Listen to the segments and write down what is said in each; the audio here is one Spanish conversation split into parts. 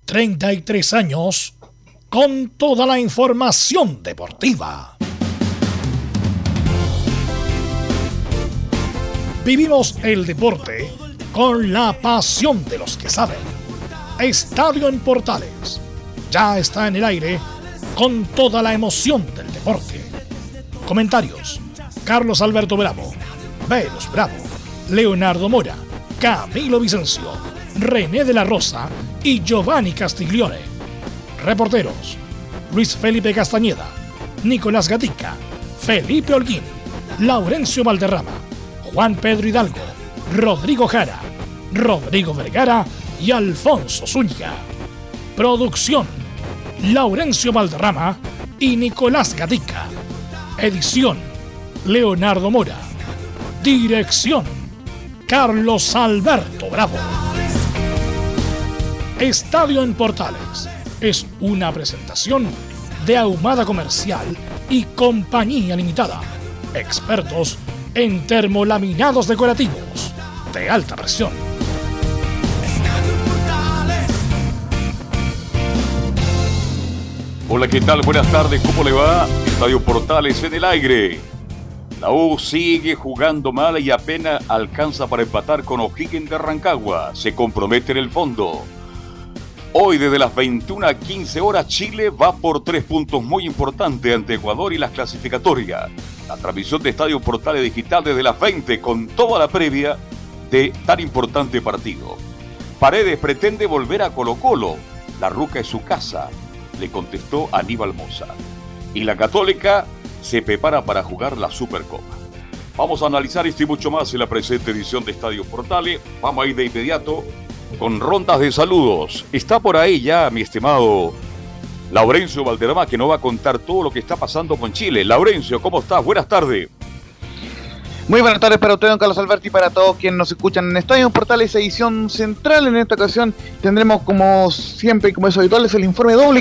33 años con toda la información deportiva. Vivimos el deporte con la pasión de los que saben. Estadio en Portales ya está en el aire con toda la emoción del deporte. Comentarios: Carlos Alberto Bravo, Velus Bravo, Leonardo Mora, Camilo Vicencio, René de la Rosa y Giovanni Castiglione. Reporteros: Luis Felipe Castañeda, Nicolás Gatica, Felipe Holguín, Laurencio Valderrama, Juan Pedro Hidalgo, Rodrigo Jara, Rodrigo Vergara y Alfonso Zúñiga. Producción: Laurencio Valderrama y Nicolás Gatica. Edición: Leonardo Mora. Dirección: Carlos Alberto Bravo. Estadio en Portales es una presentación de Ahumada Comercial y Compañía Limitada. Expertos en termolaminados decorativos de alta presión. Hola, ¿qué tal? Buenas tardes, ¿cómo le va? Estadio Portales en el aire. La U sigue jugando mal y apenas alcanza para empatar con O'Higgins de Rancagua. Se compromete en el fondo. Hoy desde las 21:15 horas Chile va por 3 puntos muy importantes ante Ecuador y las clasificatorias. La transmisión de Estadio Portales Digital desde las 20 con toda la previa de tan importante partido. Paredes pretende volver a Colo-Colo. La Ruca es su casa, le contestó Aníbal Moza. Y la Católica se prepara para jugar la Supercopa. Vamos a analizar esto y mucho más en la presente edición de Estadio Portales. Vamos a ir de inmediato con rondas de saludos. Está por ahí ya mi estimado Laurencio Valderrama, que nos va a contar todo lo que está pasando con Chile. Laurencio, ¿cómo estás? Buenas tardes. Muy buenas tardes para usted, don Carlos Alberti, y para todos quienes nos escuchan en Estadio Portales, edición central. En esta ocasión tendremos, como siempre y como es habitual, el informe doble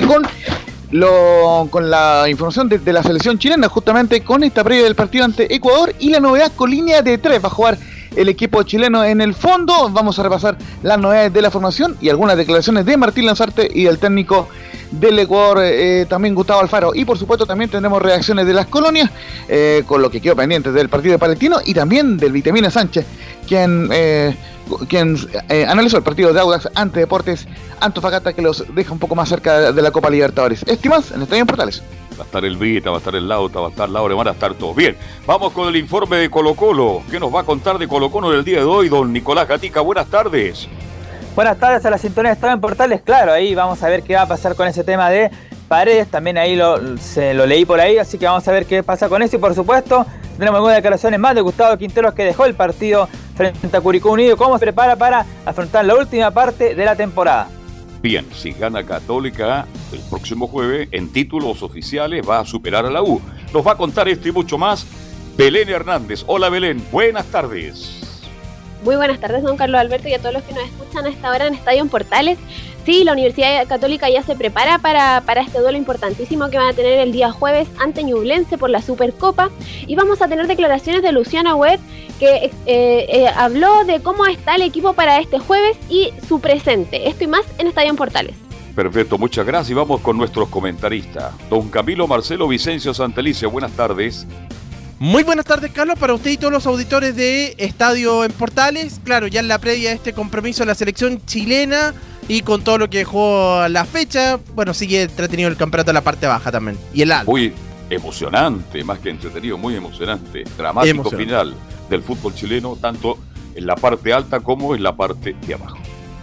con la información de la selección chilena, justamente con esta previa del partido ante Ecuador y la novedad con línea de 3. Va a jugar el equipo chileno en el fondo. Vamos a repasar las novedades de la formación y algunas declaraciones de Martín Lanzarte y del técnico del Ecuador, también Gustavo Alfaro. Y por supuesto también tendremos reacciones de las colonias, con lo que quedó pendiente del partido de Palestino y también del Vitamina Sánchez, quien analizó el partido de Audax ante Deportes Antofagasta, que los deja un poco más cerca de la Copa Libertadores. Estimas en Estadio Portales. Va a estar el Vita, va a estar el Lauta, va a estar Laura, van a estar todos. Bien, vamos con el informe de Colo-Colo. ¿Qué nos va a contar de Colo-Colo del día de hoy, don Nicolás Gatica? Buenas tardes. Buenas tardes a la sintonía de Estadio en Portales. Claro, ahí vamos a ver qué va a pasar con ese tema de Paredes. También ahí lo leí por ahí, así que vamos a ver qué pasa con eso. Y por supuesto, tenemos algunas declaraciones más de Gustavo Quinteros, que dejó el partido frente a Curicó Unido. ¿Cómo se prepara para afrontar la última parte de la temporada? Bien, si gana Católica el próximo jueves en títulos oficiales va a superar a la U. Nos va a contar esto y mucho más Belén Hernández. Hola Belén, buenas tardes. Muy buenas tardes, don Carlos Alberto, y a todos los que nos escuchan a esta hora en Estadio en Portales. Sí, la Universidad Católica ya se prepara para este duelo importantísimo que van a tener el día jueves ante Ñublense por la Supercopa. Y vamos a tener declaraciones de Luciano Huet, que habló de cómo está el equipo para este jueves y su presente. Esto y más en Estadio en Portales. Perfecto, muchas gracias. Y vamos con nuestros comentaristas. Don Camilo Marcelo Vicencio Santelice, buenas tardes. Muy buenas tardes, Carlos, para usted y todos los auditores de Estadio en Portales. Claro, ya en la previa de este compromiso de la selección chilena y con todo lo que dejó la fecha, bueno, sigue entretenido el campeonato de la parte baja también. Y el alto. Muy emocionante, más que entretenido, muy emocionante. Dramático final del fútbol chileno, tanto en la parte alta como en la parte de abajo.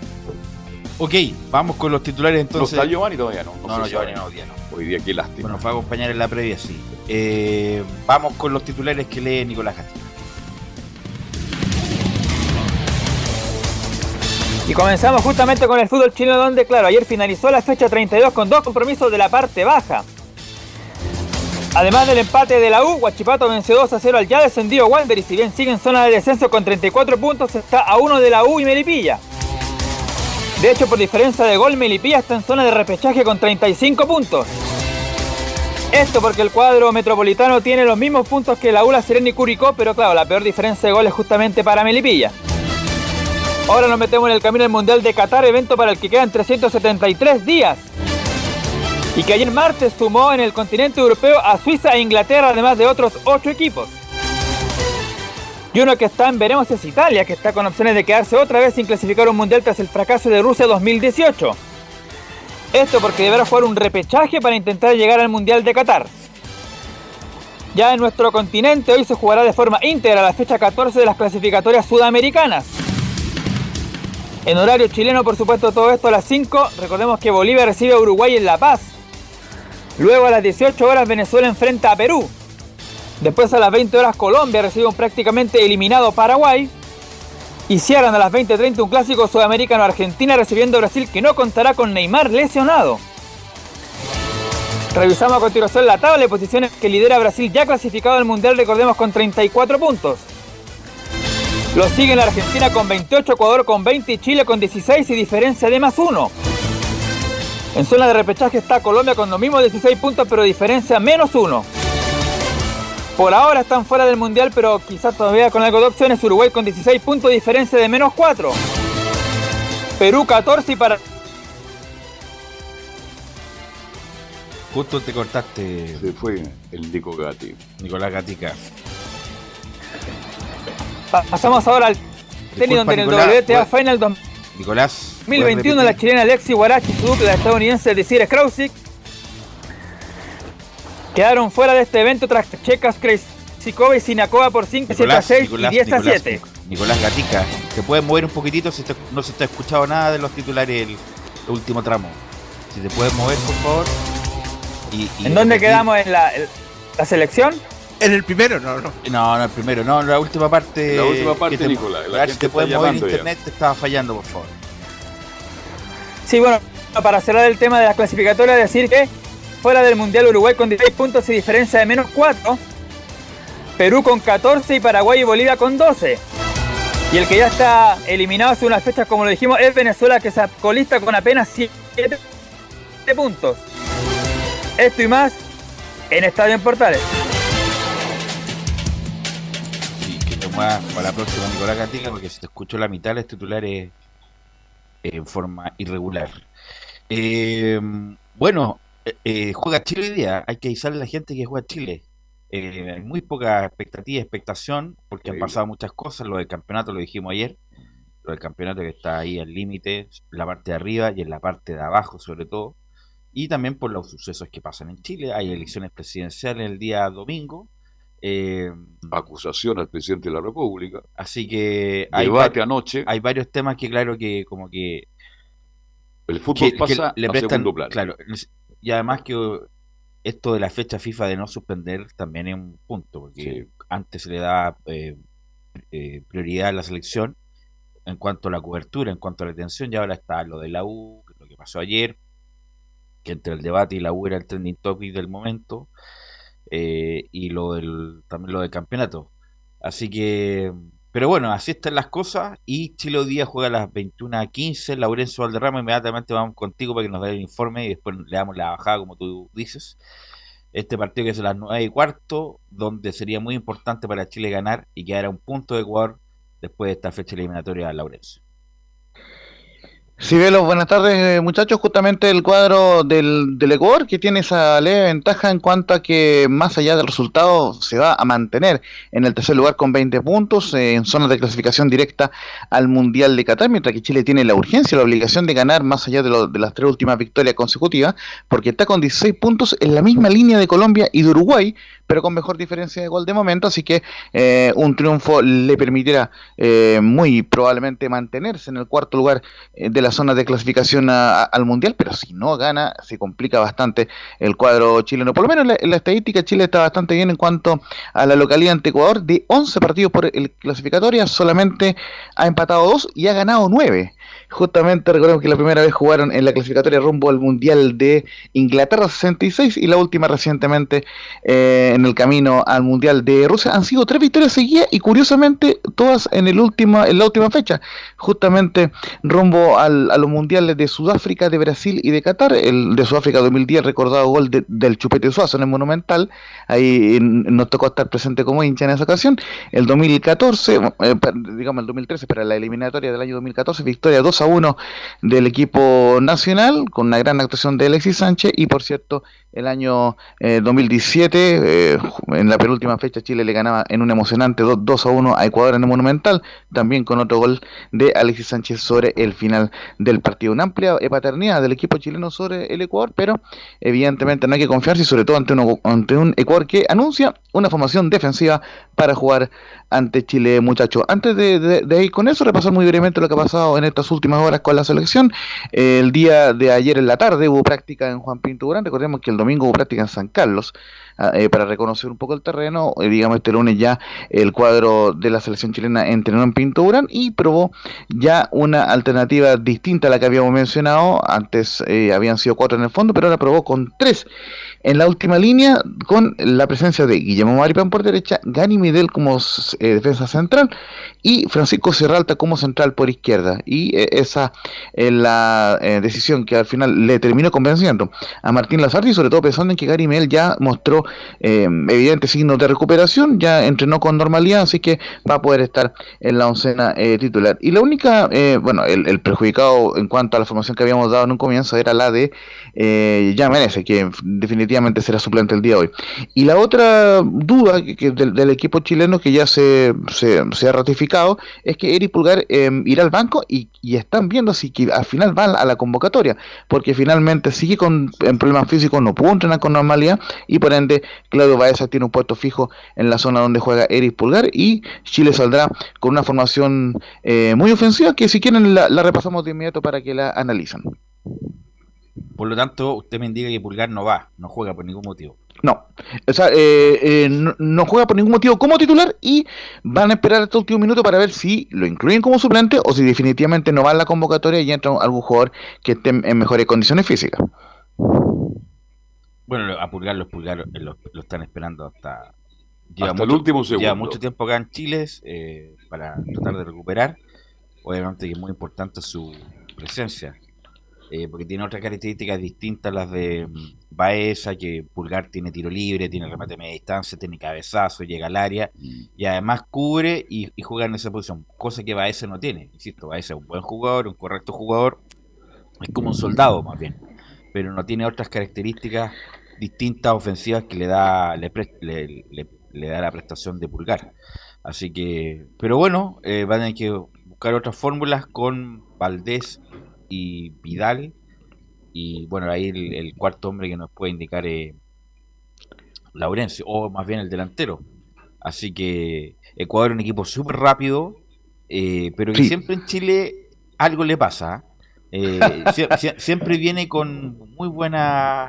Ok, vamos con los titulares entonces. ¿No está Giovanni todavía? No, Giovanni no, todavía no. Hoy día qué lástima. Bueno, nos va a acompañar en la previa, sí. Vamos con los titulares que lee Nicolás Gatica. Y comenzamos justamente con el fútbol chileno, donde, claro, ayer finalizó la fecha 32 con 2 compromisos de la parte baja. Además del empate de la U, Huachipato venció 2-0 al ya descendido Wander, y si bien sigue en zona de descenso con 34 puntos, está a 1 de la U y Melipilla. De hecho, por diferencia de gol, Melipilla está en zona de repechaje con 35 puntos. Esto porque el cuadro metropolitano tiene los mismos puntos que la U, La Serena y Curicó, pero claro, la peor diferencia de gol es justamente para Melipilla. Ahora nos metemos en el camino del Mundial de Qatar, evento para el que quedan 373 días. Y que ayer martes sumó en el continente europeo a Suiza e Inglaterra, además de otros 8 equipos. Y uno que está en veremos es Italia, que está con opciones de quedarse otra vez sin clasificar un Mundial tras el fracaso de Rusia 2018. Esto porque deberá jugar un repechaje para intentar llegar al Mundial de Qatar. Ya en nuestro continente hoy se jugará de forma íntegra la fecha 14 de las clasificatorias sudamericanas. En horario chileno, por supuesto, todo esto a las 5. Recordemos que Bolivia recibe a Uruguay en La Paz. Luego a las 18 horas Venezuela enfrenta a Perú. Después a las 20 horas Colombia recibe un prácticamente eliminado Paraguay. Y cierran a las 20:30 un clásico sudamericano, Argentina recibiendo a Brasil, que no contará con Neymar lesionado. Revisamos a continuación la tabla de posiciones que lidera Brasil, ya clasificado al Mundial, recordemos, con 34 puntos. Lo siguen Argentina con 28, Ecuador con 20 y Chile con 16 y diferencia de +1. En zona de repechaje está Colombia con los mismos 16 puntos, pero diferencia -1. Por ahora están fuera del Mundial, pero quizás todavía con algo de opciones. Uruguay con 16 puntos, diferencia de -4. Perú 14 y para... Justo te cortaste. Se fue el Nico Gatti. Nicolás Gatica. Pasamos ahora al tenis, donde en el WTA Final Nicolás, 2021 la chilena Alexi Huarachi y su dupla estadounidense Desiree Krausik quedaron fuera de este evento tras checas Krejcikova y Sinakova por 5, 7-6 y 10-7. Nicolás Gatica, ¿te puedes mover un poquitito? No se está escuchando nada de los titulares el último tramo. Si te puedes mover, por favor. ¿En dónde quedamos? ¿En la selección? En el primero, no. No, el primero, no, la última parte. La última parte, Nicolás. A ver si te puedes mover, internet te estaba fallando, por favor. Sí, bueno, para cerrar el tema de las clasificatorias, decir que fuera del Mundial Uruguay con 16 puntos y diferencia de -4, Perú con 14 y Paraguay y Bolivia con 12. Y el que ya está eliminado hace unas fechas, como lo dijimos, es Venezuela, que se colista con apenas 7 puntos. Esto y más en Estadio en Portales. Sí, que te muevas para la próxima, Nicolás Gatica, porque se te escuchó la mitad de los titulares en forma irregular. Bueno, juega Chile hoy día. Hay que avisarle a la gente que juega Chile. Hay muy poca expectativa y expectación, porque han pasado muchas cosas. Lo del campeonato lo dijimos ayer. Lo del campeonato que está ahí al límite, en la parte de arriba y en la parte de abajo sobre todo. Y también por los sucesos que pasan en Chile. Hay elecciones presidenciales el día domingo. Acusación al presidente de la República. Así que debate anoche. Hay varios temas que claro que como que el fútbol pasa le a prestan, segundo plano. Claro, y además que esto de la fecha FIFA de no suspender también es un punto, porque Sí. antes se le daba prioridad a la selección en cuanto a la cobertura, en cuanto a la atención, y ahora está lo de la U, lo que pasó ayer, que entre el debate y la U era el trending topic del momento, y también lo del campeonato. Así que, pero bueno, así están las cosas, y Chile hoy día juega a las 21:15, Laurencio Valderrama, inmediatamente vamos contigo para que nos dé el informe y después le damos la bajada, como tú dices. Este partido que es a las 9:15, donde sería muy importante para Chile ganar y quedar a un punto de Ecuador después de esta fecha eliminatoria a Laurencio. Sí, Velo, buenas tardes, muchachos. Justamente el cuadro del Ecuador, que tiene esa leve ventaja en cuanto a que más allá del resultado se va a mantener en el tercer lugar con 20 puntos en zona de clasificación directa al Mundial de Qatar, mientras que Chile tiene la urgencia, la obligación de ganar más allá de las 3 últimas victorias consecutivas, porque está con 16 puntos en la misma línea de Colombia y de Uruguay, pero con mejor diferencia de gol de momento, así que un triunfo le permitirá muy probablemente mantenerse en el cuarto lugar de la zona de clasificación al Mundial, pero si no gana, se complica bastante el cuadro chileno. Por lo menos en la estadística, Chile está bastante bien en cuanto a la localidad ante Ecuador. De 11 partidos por el clasificatoria, solamente ha empatado 2 y ha ganado 9. Justamente recordemos que la primera vez jugaron en la clasificatoria rumbo al Mundial de Inglaterra 66 y la última recientemente en el camino al Mundial de Rusia. Han sido 3 victorias seguidas y curiosamente todas en la última fecha, justamente rumbo a los Mundiales de Sudáfrica, de Brasil y de Qatar. El de Sudáfrica 2010, recordado gol del Chupete Suazo en el Monumental, ahí nos tocó estar presente como hincha en esa ocasión. El 2014, digamos el 2013, para la eliminatoria del año 2014, victoria 2-1 del equipo nacional, con una gran actuación de Alexis Sánchez. Y por cierto, el año 2017, en la penúltima fecha, Chile le ganaba en un emocionante 2-1 a Ecuador en el Monumental, también con otro gol de Alexis Sánchez sobre el final del partido. Una amplia paternidad del equipo chileno sobre el Ecuador, pero evidentemente no hay que confiarse, y sobre todo ante un Ecuador que anuncia una formación defensiva para jugar ante Chile, muchachos. Antes de ir con eso, repasar muy brevemente lo que ha pasado en estas últimas horas con la selección. El día de ayer en la tarde hubo práctica en Juan Pinto Durán. Recordemos que el domingo hubo práctica en San Carlos, para reconocer un poco el terreno. Digamos, este lunes ya el cuadro de la selección chilena entrenó en Pinto Durán y probó ya una alternativa distinta a la que habíamos mencionado. Antes habían sido 4 en el fondo, pero ahora probó con 3 en la última línea, con la presencia de Guillermo Maripán por derecha, Gani Midel como defensa central y Francisco Serralta como central por izquierda. Y esa es la decisión que al final le terminó convenciendo a Martín Lazarte, y sobre todo pensando en que Gani Midel ya mostró evidentes signos de recuperación, ya entrenó con normalidad, así que va a poder estar en la oncena titular. Y la única, el perjudicado en cuanto a la formación que habíamos dado en un comienzo era la de Jan Menezes, que definitivamente será suplente el día de hoy. Y la otra duda del equipo chileno que ya se ha ratificado es que Eric Pulgar irá al banco, y están viendo si que al final va a la convocatoria, porque finalmente sigue con problemas físicos, no pudo entrenar con normalidad, y por ende Claudio Baeza tiene un puesto fijo en la zona donde juega Eric Pulgar, y Chile saldrá con una formación muy ofensiva que, si quieren, la repasamos de inmediato para que la analicen. Por lo tanto, usted me indica que Pulgar no juega por ningún motivo. No, o sea, no juega por ningún motivo como titular, y van a esperar hasta el último minuto para ver si lo incluyen como suplente o si definitivamente no va a la convocatoria y entra algún jugador que esté en mejores condiciones físicas. Bueno, a Pulgar lo están esperando hasta el último segundo. Lleva mucho tiempo acá en Chile para tratar de recuperar. Obviamente que es muy importante su presencia, porque tiene otras características distintas a las de Baeza, que Pulgar tiene tiro libre, tiene remate de media distancia, tiene cabezazo, llega al área y además cubre y juega en esa posición, cosa que Baeza no tiene. Insisto, Baeza es un buen jugador, un correcto jugador, es como un soldado más bien, pero no tiene otras características distintas ofensivas que le da la prestación de Pulgar. Así que, pero bueno, van a tener que buscar otras fórmulas con Valdés y Vidal, y bueno, ahí el cuarto hombre que nos puede indicar es Laurencio, o más bien el delantero. Así que Ecuador es un equipo súper rápido, pero que siempre en Chile algo le pasa. Siempre viene con muy buenos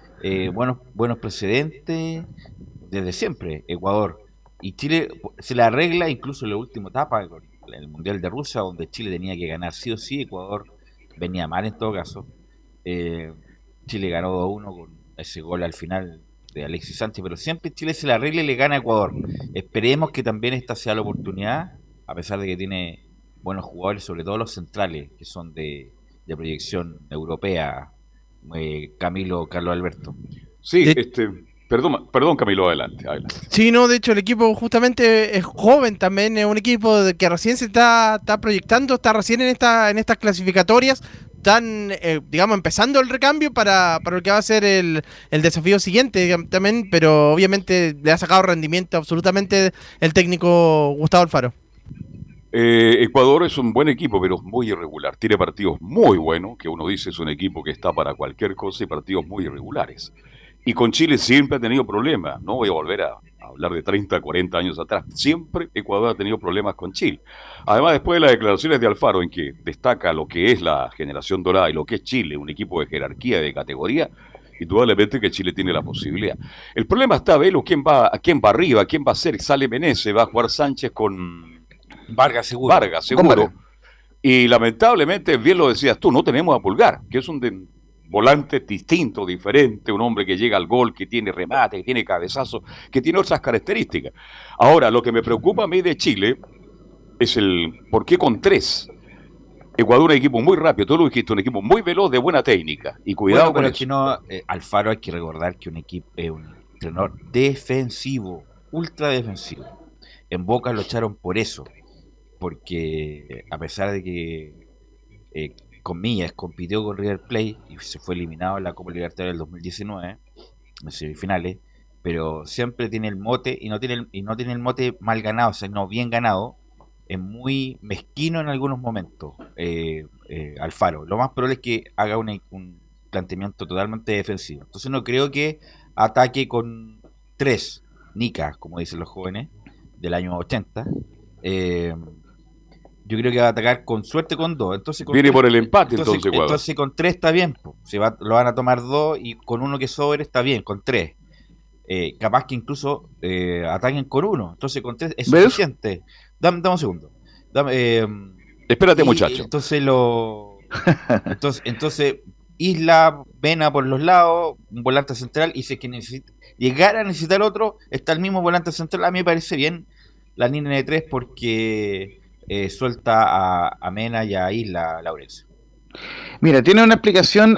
precedentes desde siempre, Ecuador. Y Chile se la arregla incluso en la última etapa, en el Mundial de Rusia, donde Chile tenía que ganar sí o sí. Ecuador venía mal en todo caso. Chile ganó 2-1 con ese gol al final de Alexis Sánchez, pero siempre Chile se la arregla y le gana a Ecuador. Esperemos que también esta sea la oportunidad, a pesar de que tiene buenos jugadores, sobre todo los centrales, que son de proyección europea. Carlos Alberto. Sí, Perdón, Camilo, adelante. Sí, no, de hecho el equipo justamente es joven también, es un equipo que recién se está proyectando, está recién en estas clasificatorias, están, digamos, empezando el recambio para lo que va a ser el desafío siguiente, digamos, también, pero obviamente le ha sacado rendimiento absolutamente el técnico Gustavo Alfaro. Ecuador es un buen equipo, pero muy irregular. Tiene partidos muy buenos, que uno dice es un equipo que está para cualquier cosa, y partidos muy irregulares. Y con Chile siempre ha tenido problemas. No voy a volver a hablar de 30, 40 años atrás. Siempre Ecuador ha tenido problemas con Chile. Además, después de las declaraciones de Alfaro, en que destaca lo que es la generación dorada y lo que es Chile, un equipo de jerarquía, de categoría, indudablemente que Chile tiene la posibilidad. El problema está, Velo, quién va arriba, quién va a ser. Sale Menezes, va a jugar Sánchez con Vargas seguro. Y lamentablemente, bien lo decías tú, no tenemos a Pulgar, que es un volante distinto, diferente, un hombre que llega al gol, que tiene remate, que tiene cabezazo, que tiene otras características. Ahora, lo que me preocupa a mí de Chile es el por qué con 3. Ecuador es un equipo muy rápido, tú lo dijiste, un equipo muy veloz, de buena técnica. Y cuidado bueno, pero con es que eso. no, Alfaro hay que recordar que un equipo es un entrenador defensivo, ultra defensivo. En Boca lo echaron por eso, porque a pesar de que comillas compitió con River Plate y se fue eliminado en la Copa Libertadores del 2019 en semifinales, pero siempre tiene el mote y no tiene el mote mal ganado, o sea, no bien ganado. Es muy mezquino en algunos momentos, Alfaro. Lo más probable es que haga un planteamiento totalmente defensivo. Entonces no creo que ataque con 3 nicas, como dicen los jóvenes del año 80. Yo creo que va a atacar con suerte con 2. Entonces, Viene por el empate, entonces, Ecuador. Entonces con 3 está bien. Lo van a tomar 2 y con uno que sobre está bien, con 3. Capaz que incluso ataquen con 1. Entonces con 3 es suficiente. Dame un segundo. Espérate, muchacho. Entonces Isla, Vena por los lados, un volante central, y si es que llegara a necesitar otro, está el mismo volante central. A mí me parece bien la línea de 3 porque suelta a Mena y a Isla Laurencio. Mira, tiene una explicación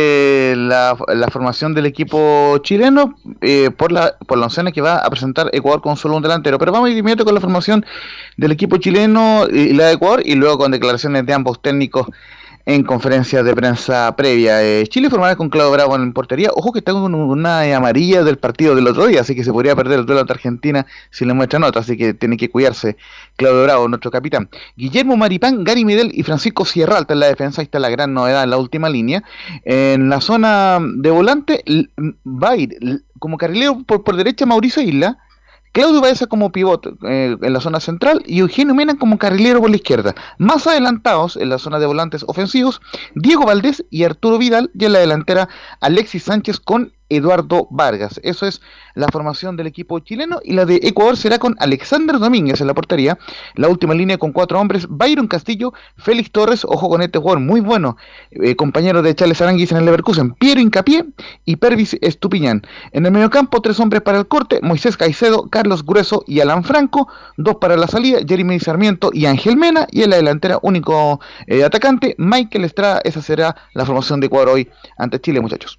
la formación del equipo chileno por la oncena que va a presentar Ecuador con solo un delantero. Pero vamos inmediato con la formación del equipo chileno y la de Ecuador, y luego con declaraciones de ambos técnicos en conferencia de prensa previa. Chile formará con Claudio Bravo en portería. Ojo que está con una amarilla del partido del otro día, así que se podría perder el duelo ante Argentina si le muestran otra, así que tiene que cuidarse Claudio Bravo, nuestro capitán. Guillermo Maripán, Gary Medel y Francisco Sierra Alta en la defensa. Ahí está la gran novedad en la última línea. En la zona de volante va a ir como carrilero por derecha Mauricio Isla, Claudio Baeza como pivote en la zona central y Eugenio Mena como carrilero por la izquierda. Más adelantados en la zona de volantes ofensivos, Diego Valdés y Arturo Vidal, y en la delantera Alexis Sánchez con Eduardo Vargas. Eso es la formación del equipo chileno, y la de Ecuador será con Alexander Domínguez en la portería. La última línea con 4 hombres: Byron Castillo, Félix Torres, ojo con este jugador muy bueno, compañero de Charles Aranguis en el Leverkusen, Piero Hincapié y Pervis Estupiñán. En el mediocampo, 3 hombres para el corte: Moisés Caicedo, Carlos Grueso y Alan Franco. 2 para la salida: Jeremy Sarmiento y Ángel Mena. Y en la delantera, único atacante, Michael Estrada. Esa será la formación de Ecuador hoy ante Chile, muchachos.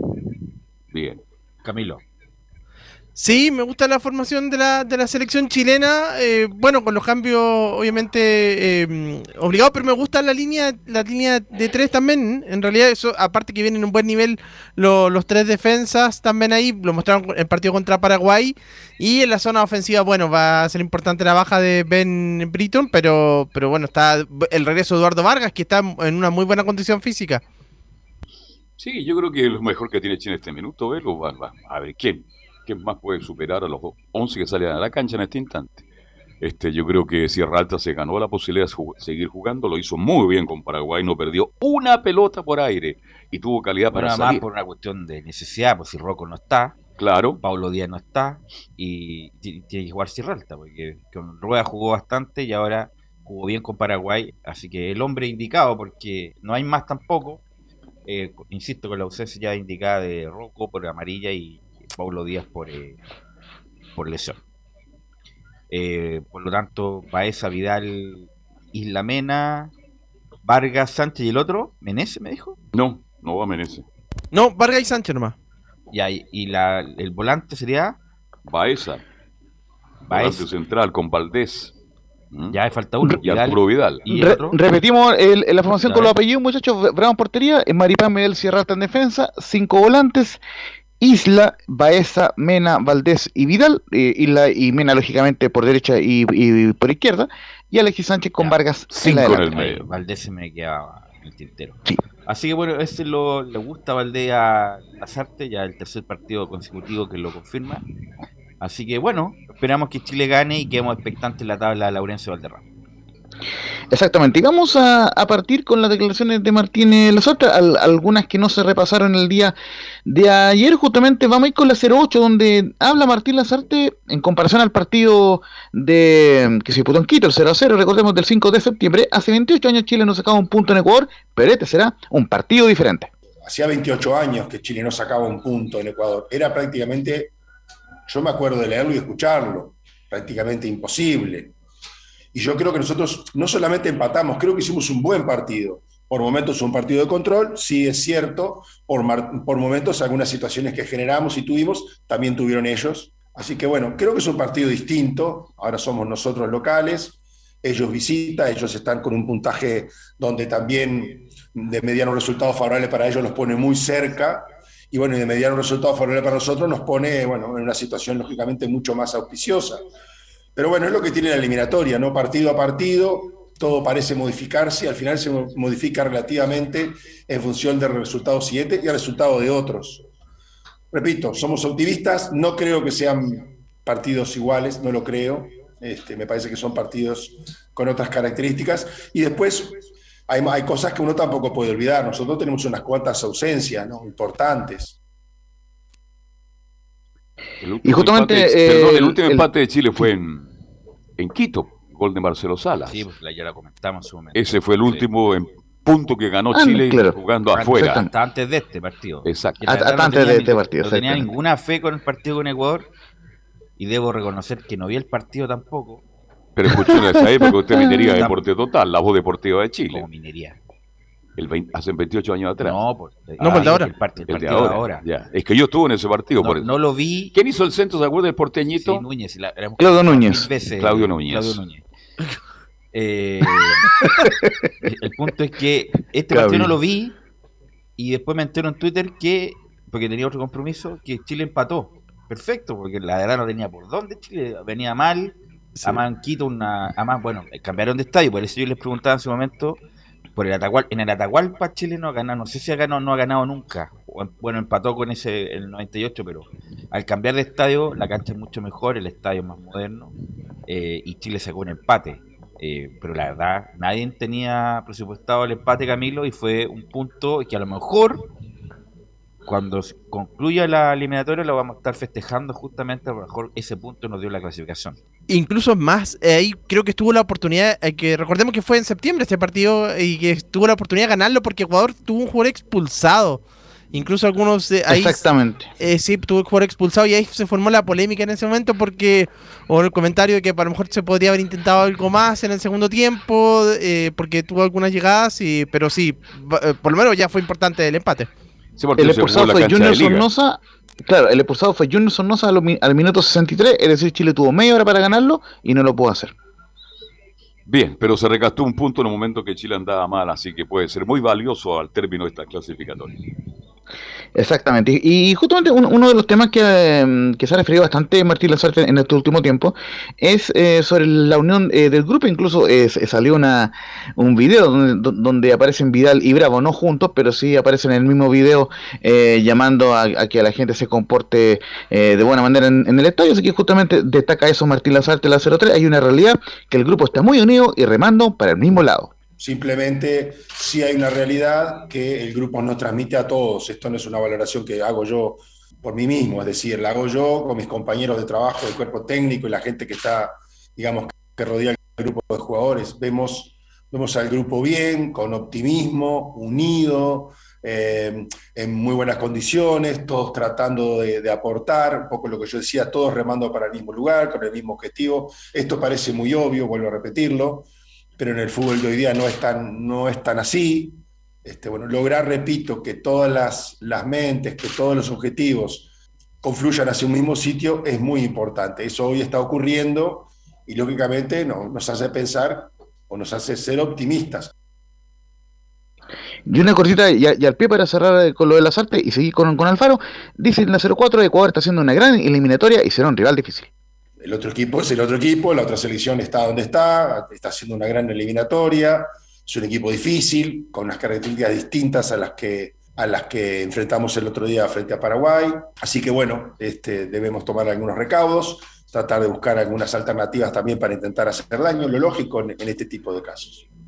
Bien. Camilo. Sí, me gusta la formación de la selección chilena, bueno, con los cambios obviamente obligados, pero me gusta la línea de 3 también. En realidad, eso, aparte que vienen en un buen nivel los 3 defensas también ahí, lo mostraron en el partido contra Paraguay. Y en la zona ofensiva, bueno, va a ser importante la baja de Ben Britton, pero bueno, está el regreso de Eduardo Vargas, que está en una muy buena condición física. Sí, yo creo que lo mejor que tiene Chile en este minuto, verlo, a ver, ¿quién más puede superar a los 11 que salen a la cancha en este instante? Yo creo que Sierra Alta se ganó la posibilidad de seguir jugando, lo hizo muy bien con Paraguay, no perdió una pelota por aire y tuvo calidad para Nada salir. más por una cuestión de necesidad, pues si Rocco no está, claro, Paulo Díaz no está y tiene que jugar Sierra Alta, porque con Rueda jugó bastante y ahora jugó bien con Paraguay, así que el hombre indicado, porque no hay más tampoco. Insisto, con la ausencia ya indicada de Rocco por amarilla y Paulo Díaz por lesión. Por lo tanto, Baeza, Vidal, Isla Mena, Vargas, Sánchez y el otro, ¿Menezes me dijo? No va Menezes. No, Vargas y Sánchez nomás. Ya, y el volante sería Baeza. Volante central con Valdés. Ya me falta uno. Y Arturo Vidal. ¿Y el otro? Repetimos la formación con los apellidos, muchachos. Bravo en portería, Maripán, Medel, Sierra Alta en defensa, 5 volantes: Isla, Baeza, Mena, Valdés y Vidal. Isla y Mena, lógicamente, por derecha y por izquierda. Y Alexis Sánchez con Vargas en la delantera. En el medio. Valdés se me quedaba en el tintero. Sí. Así que bueno, ese le gusta a Valdés a Lazarte, ya el tercer partido consecutivo que lo confirma. Así que bueno, esperamos que Chile gane y quedemos expectantes en la tabla de Laurencio Valderrama. Exactamente, y vamos a partir con las declaraciones de Martínez Lazarte, algunas que no se repasaron el día de ayer. Justamente vamos a ir con la 08, donde habla Martín Lazarte en comparación al partido que se disputó en Quito, el 0-0, recordemos, del 5 de septiembre. Hace 28 años Chile no sacaba un punto en Ecuador, pero este será un partido diferente. Hacía 28 años que Chile no sacaba un punto en Ecuador. Era prácticamente, yo me acuerdo de leerlo y escucharlo, prácticamente imposible. Y yo creo que nosotros no solamente empatamos, creo que hicimos un buen partido. Por momentos un partido de control, sí es cierto, por momentos algunas situaciones que generamos y tuvimos, también tuvieron ellos. Así que bueno, creo que es un partido distinto, ahora somos nosotros locales, ellos visita, ellos están con un puntaje donde también de mediano resultado favorable para ellos los pone muy cerca, y bueno, y de mediano resultado favorable para nosotros nos pone, bueno, en una situación lógicamente mucho más auspiciosa. Pero bueno, es lo que tiene la eliminatoria, ¿no? Partido a partido, todo parece modificarse, al final se modifica relativamente en función del resultado siguiente y al resultado de otros. Repito, somos optimistas, no creo que sean partidos iguales, no lo creo. Me parece que son partidos con otras características. Y después hay cosas que uno tampoco puede olvidar. Nosotros tenemos unas cuantas ausencias, ¿no?, importantes. Y justamente el último empate de Chile fue en Quito, gol de Marcelo Salas. Sí, pues ya lo comentamos en su momento. Ese fue el último punto que ganó Chile, claro, jugando afuera. Hasta antes de este partido. Exacto. Hasta antes de este partido. No tenía ninguna fe con el partido con Ecuador, y debo reconocer que no vi el partido tampoco. Pero escuchó en esa época usted Minería Deporte Total, la voz deportiva de Chile. Como Minería. Hace 28 años atrás. No, pues el de ahora. El partido de ahora. Ya. Es que yo estuve en ese partido. No lo vi. ¿Quién hizo el centro? ¿Se acuerda del porteñito? Sí, Núñez. Claudio Núñez. Claudio Núñez. El punto es que este partido no lo vi, y después me entero en Twitter que, porque tenía otro compromiso, que Chile empató. Perfecto, porque la verdad no tenía por dónde. Chile venía mal. Sí. Además en Quito, bueno, cambiaron de estadio, por eso yo les preguntaba en su momento, en el Atahualpa Chile no ha ganado, no sé si no ha ganado nunca. Bueno, empató con el 98, pero al cambiar de estadio, la cancha es mucho mejor, el estadio es más moderno, y Chile sacó un empate. Pero la verdad, nadie tenía presupuestado el empate, Camilo, y fue un punto que a lo mejor, cuando concluya la eliminatoria, lo vamos a estar festejando justamente, a lo mejor ese punto nos dio la clasificación. Incluso más, ahí creo que estuvo la oportunidad, que recordemos que fue en septiembre este partido, y que tuvo la oportunidad de ganarlo porque Ecuador tuvo un jugador expulsado. Incluso algunos ahí, exactamente. Sí, tuvo un jugador expulsado, y ahí se formó la polémica en ese momento, porque o el comentario de que a lo mejor se podría haber intentado algo más en el segundo tiempo, porque tuvo algunas llegadas, pero sí, por lo menos ya fue importante el empate. El expulsado fue Junior Sornosa. Claro, el expulsado fue Junior Sornosa al minuto 63, es decir, Chile tuvo media hora para ganarlo y no lo pudo hacer. Bien, pero se recastó un punto en el momento que Chile andaba mal, así que puede ser muy valioso al término de esta clasificatoria. Exactamente, y justamente uno de los temas que se ha referido bastante Martín Lazarte en este último tiempo es sobre la unión del grupo. Incluso salió un video donde aparecen Vidal y Bravo, no juntos, pero sí aparecen en el mismo video llamando a que la gente se comporte de buena manera en el estadio. Así que justamente destaca eso Martín Lazarte, la 03. Hay una realidad, que el grupo está muy unido y remando para el mismo lado. Simplemente sí hay una realidad que el grupo nos transmite a todos. Esto no es una valoración que hago yo por mí mismo, es decir, la hago yo con mis compañeros de trabajo, del cuerpo técnico y la gente que está, digamos, que rodea el grupo de jugadores. Vemos al grupo bien, con optimismo, unido, en muy buenas condiciones, todos tratando de aportar, un poco lo que yo decía, todos remando para el mismo lugar, con el mismo objetivo. Esto parece muy obvio, vuelvo a repetirlo, pero en el fútbol de hoy día no es tan así. Lograr, repito, que todas las mentes, que todos los objetivos confluyan hacia un mismo sitio es muy importante. Eso hoy está ocurriendo y lógicamente nos hace pensar o nos hace ser optimistas. Y una cortita y al pie para cerrar con lo de Lazarte y seguir con Alfaro. Dice en la 04, Ecuador está haciendo una gran eliminatoria y será un rival difícil. El otro equipo es el otro equipo, la otra selección está donde está haciendo una gran eliminatoria, es un equipo difícil, con unas características distintas a las que enfrentamos el otro día frente a Paraguay. Así que bueno, debemos tomar algunos recaudos, tratar de buscar algunas alternativas también para intentar hacer daño, lo lógico en este tipo de casos.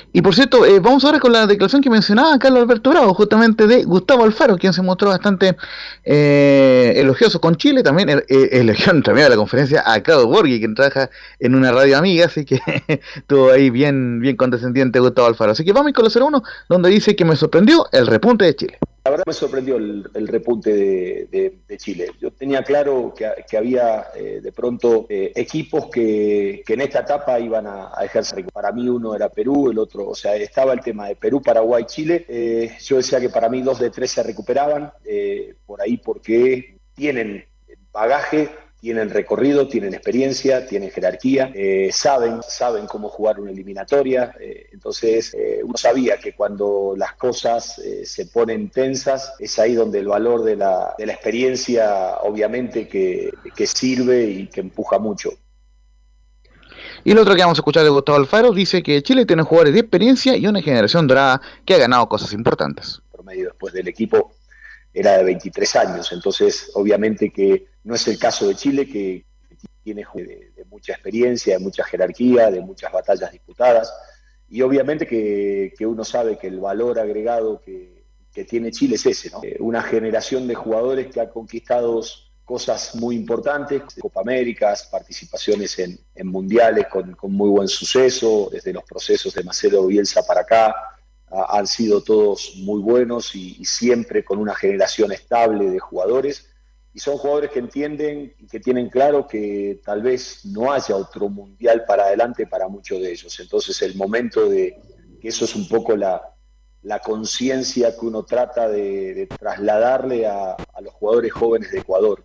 Y por cierto, vamos ahora con la declaración que mencionaba Carlos Alberto Bravo, justamente de Gustavo Alfaro, quien se mostró bastante elogioso con Chile. También elogió entre medio de la conferencia a Claudio Borghi, quien trabaja en una radio amiga, así que estuvo ahí bien condescendiente Gustavo Alfaro. Así que vamos con los 0-1, donde dice que me sorprendió el repunte de Chile. La verdad me sorprendió el repunte de Chile. Yo tenía claro que había de pronto equipos que en esta etapa iban a ejercer. Para mí uno era Perú, el otro, o sea, estaba el tema de Perú, Paraguay, Chile. Yo decía que para mí 2 de 3 se recuperaban, por ahí porque tienen bagaje, tienen recorrido, tienen experiencia, tienen jerarquía, saben cómo jugar una eliminatoria, entonces uno sabía que cuando las cosas se ponen tensas, es ahí donde el valor de la experiencia obviamente que sirve y que empuja mucho. Y lo otro que vamos a escuchar de Gustavo Alfaro dice que Chile tiene jugadores de experiencia y una generación dorada que ha ganado cosas importantes. Promedio después del equipo era de 23 años, entonces obviamente que no es el caso de Chile, que tiene de mucha experiencia, de mucha jerarquía, de muchas batallas disputadas, y obviamente que uno sabe que el valor agregado que tiene Chile es ese, ¿no? Una generación de jugadores que ha conquistado cosas muy importantes, Copa Américas, participaciones en mundiales con muy buen suceso, desde los procesos de Marcelo Bielsa para acá, han sido todos muy buenos y siempre con una generación estable de jugadores, y son jugadores que entienden y que tienen claro que tal vez no haya otro mundial para adelante para muchos de ellos. Entonces el momento de que eso es un poco la conciencia que uno trata de trasladarle a los jugadores jóvenes de Ecuador.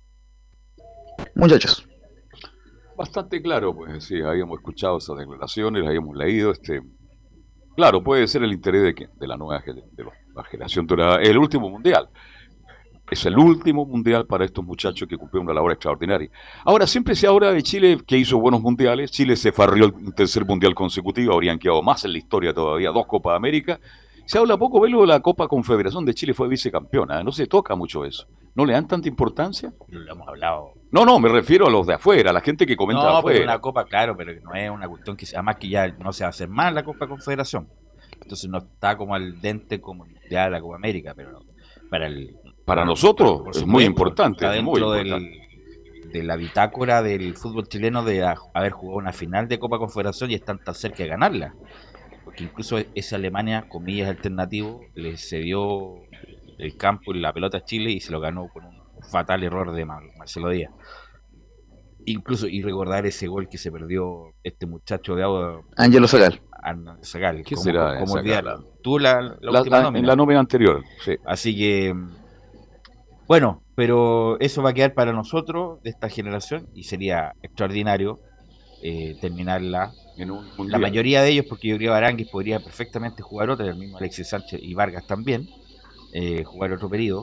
Muchachos. Bastante claro, pues sí, habíamos escuchado esas declaraciones, las habíamos leído. Claro, puede ser el interés de la nueva la generación dorada. El último mundial. Es el último mundial para estos muchachos que cumplieron una labor extraordinaria. Ahora, siempre se habla de Chile, que hizo buenos mundiales. Chile se farrió el tercer mundial consecutivo, habrían quedado más en la historia todavía, 2 Copas América. Se habla poco, Velo, de la Copa Confederación de Chile fue vicecampeona. No se toca mucho eso. ¿No le dan tanta importancia? Lo hemos hablado. No, me refiero a los de afuera, a la gente que comenta de afuera. Pero una Copa, claro, pero no es una cuestión que además que ya no se va a hacer más la Copa Confederación. Entonces no está como al dente como ya la Copa América, pero para nosotros es muy importante. Está dentro de la bitácora del fútbol chileno de haber jugado una final de Copa Confederación y están tan cerca de ganarla. Porque incluso esa Alemania, comillas alternativo, le cedió el campo y la pelota a Chile y se lo ganó con un fatal error de Marcelo Díaz. Incluso, y recordar ese gol que se perdió este muchacho de agua, Ángelo Zagal. ¿Qué será? Como olvidarlo. Tú la última nómina. En la nómina anterior, sí. Así que, bueno, pero eso va a quedar para nosotros de esta generación y sería extraordinario terminarla en un mundial. La mayoría de ellos, porque yo creo que Aranguis podría perfectamente jugar otra, el mismo Alexis Sánchez y Vargas también, jugar otro periodo,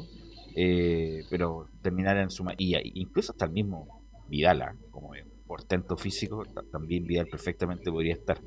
pero terminar en suma, y incluso hasta el mismo Vidal, como portento físico, también Vidal perfectamente podría estar.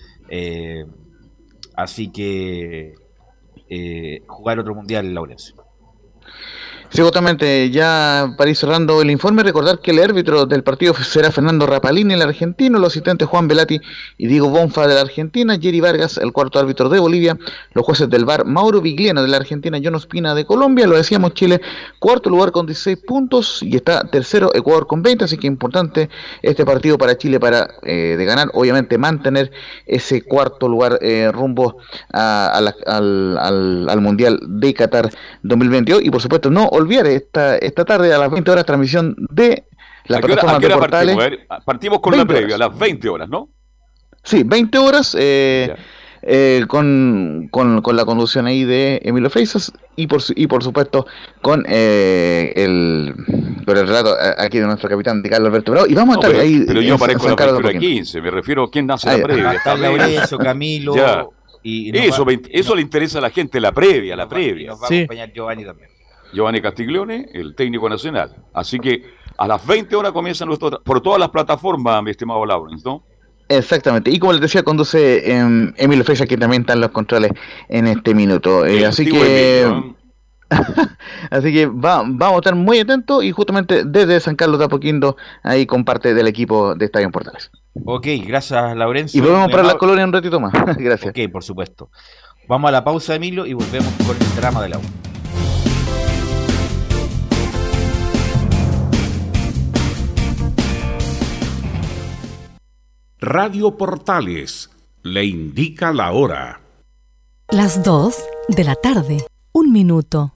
Así que jugar otro mundial, Laurencio. Sí, justamente, ya para ir cerrando el informe, recordar que el árbitro del partido será Fernando Rapalini, el argentino, los asistentes Juan Velati y Diego Bonfa de la Argentina, Jerry Vargas, el cuarto árbitro de Bolivia, los jueces del VAR, Mauro Vigliano de la Argentina, John Ospina de Colombia. Lo decíamos, Chile, cuarto lugar con 16 puntos y está tercero Ecuador con 20, así que importante este partido para Chile para de ganar, obviamente mantener ese cuarto lugar rumbo al Mundial de Qatar 2022 y por supuesto no olvidar esta tarde a las 20 horas transmisión de la plataforma de Portales. Partimos con la previa, a las 20 horas, ¿no? Sí, 20 horas con la conducción ahí de Emilio Freisas y por supuesto con el relato aquí de nuestro capitán de Carlos Alberto Bravo. Y vamos a estar ahí. Pero yo aparezco en la previa 15, me refiero a quién nace la previa. Está Laurencio, Camilo. Ya. Eso le interesa a la gente, la previa. Nos va a acompañar Giovanni también. Giovanni Castiglione, el técnico nacional. Así que a las 20 horas comienza por todas las plataformas, mi estimado Lawrence, ¿no? Exactamente. Y como les decía, conduce Emilio Freisa, que también están los controles en este minuto. Así que vamos a estar muy atentos y justamente desde San Carlos de Apoquindo, ahí con parte del equipo de Estadio Portales. Ok, gracias, Laurencio. Y volvemos para la colonia un ratito más. Gracias. Ok, por supuesto. Vamos a la pausa, Emilio, y volvemos con el drama de la U. Radio Portales le indica la hora. Las 2 de la tarde, 1 minuto.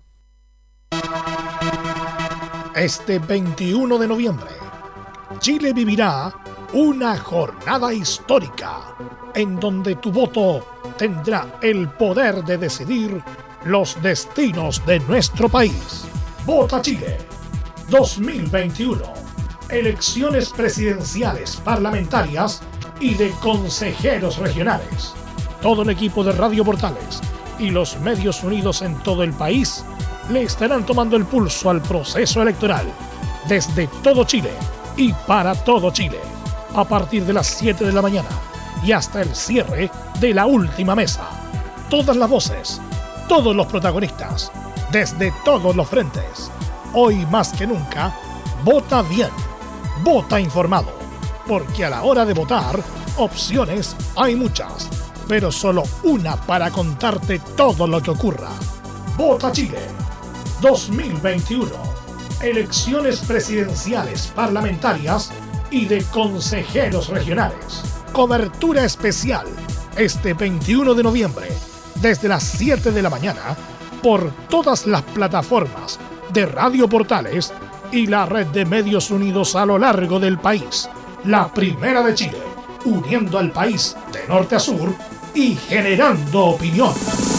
Este 21 de noviembre, Chile vivirá una jornada histórica en donde tu voto tendrá el poder de decidir los destinos de nuestro país. Vota Chile 2021. Elecciones presidenciales, parlamentarias y de consejeros regionales. Todo el equipo de Radio Portales y los medios unidos en todo el país le estarán tomando el pulso al proceso electoral desde todo Chile y para todo Chile, a partir de las 7 de la mañana y hasta el cierre de la última mesa. Todas las voces, todos los protagonistas, desde todos los frentes. Hoy más que nunca, vota bien, vota informado, porque a la hora de votar, opciones hay muchas, pero solo una para contarte todo lo que ocurra. Vota Chile 2021. Elecciones presidenciales, parlamentarias y de consejeros regionales. Cobertura especial este 21 de noviembre desde las 7 de la mañana por todas las plataformas de Radio Portales y la red de medios unidos a lo largo del país. La primera de Chile, uniendo al país de norte a sur y generando opinión.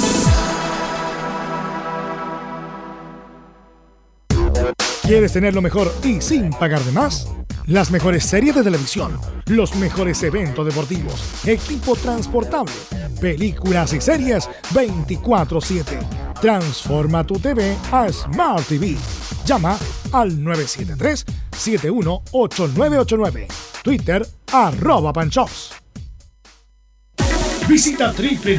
¿Quieres tener lo mejor y sin pagar de más? Las mejores series de televisión, los mejores eventos deportivos, equipo transportable, películas y series 24/7. Transforma tu TV a Smart TV. Llama al 973-718989. Twitter @Panchops. Visita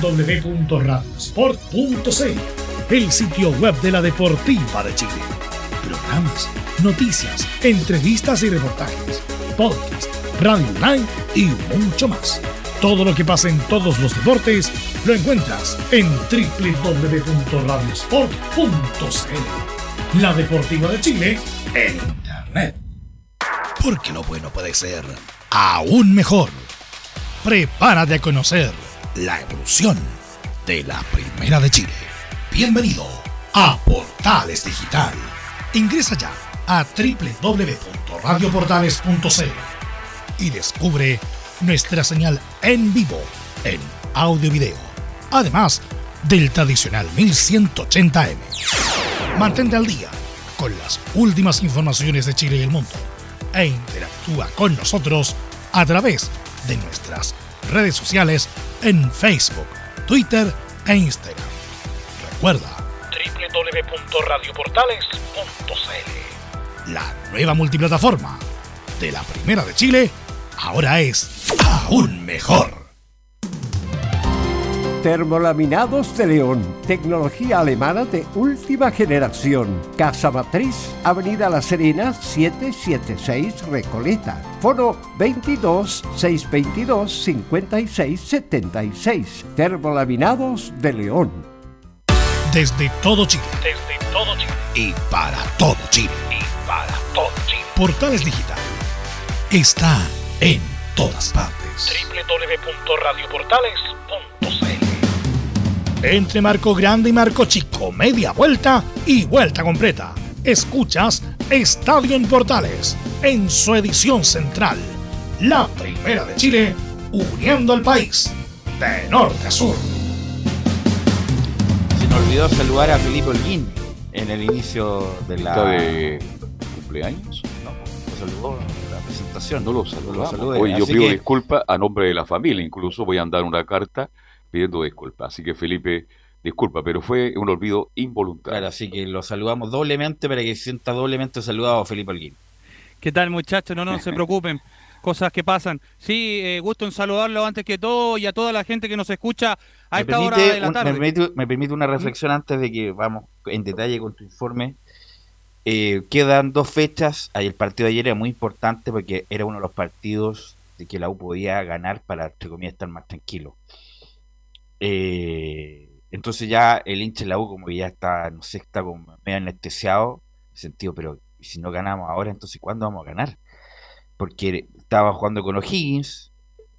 www.radiosport.cl, el sitio web de la Deportiva de Chile. Programas, noticias, entrevistas y reportajes, podcast, radio online y mucho más. Todo lo que pasa en todos los deportes lo encuentras en www.radiosport.cl. La Deportiva de Chile en Internet. Porque lo bueno puede ser aún mejor. Prepárate a conocer la evolución de la Primera de Chile. Bienvenido a Portales Digital. Ingresa ya a www.radioportales.cl y descubre nuestra señal en vivo en audio y video, además del tradicional 1180M. Mantente al día con las últimas informaciones de Chile y el mundo e interactúa con nosotros a través de nuestras redes sociales en Facebook, Twitter e Instagram. Recuerda www.radioportales.cl. La nueva multiplataforma de la Primera de Chile ahora es aún mejor. Termolaminados de León, tecnología alemana de última generación. Casa Matriz, Avenida La Serena, 776 Recoleta. Foro 22 622 5676. Termolaminados de León. Desde todo Chile. Y para todo Chile. Portales Digital está en todas partes. www.radioportales.cl. Entre marco grande y marco chico, media vuelta y vuelta completa. Escuchas Estadio en Portales en su edición central. La Primera de Chile, uniendo al país de norte a sur. Se nos olvidó saludar a Felipe Holguín en el inicio de la... ¿De cumpleaños? No, lo saludó en la presentación. No lo saludamos. saludé. Hoy yo Así pido que- disculpas a nombre de la familia, incluso voy a mandar una carta pidiendo disculpas. Así que Felipe, disculpa, pero fue un olvido involuntario. Claro, así que lo saludamos doblemente para que se sienta doblemente saludado a Felipe Holguín. ¿Qué tal, muchachos? No se preocupen, cosas que pasan. Sí, gusto en saludarlo antes que todo y a toda la gente que nos escucha a esta hora de la tarde. Me permite una reflexión antes de que vamos en detalle con tu informe. Quedan 2 fechas. El partido de ayer era muy importante porque era uno de los partidos de que la U podía ganar para, entre comillas, estar más tranquilo. Entonces ya el hincha de la U como que ya está, no sé, está como medio anestesiado, en el sentido, pero si no ganamos ahora, entonces ¿cuándo vamos a ganar? Porque estaba jugando con O'Higgins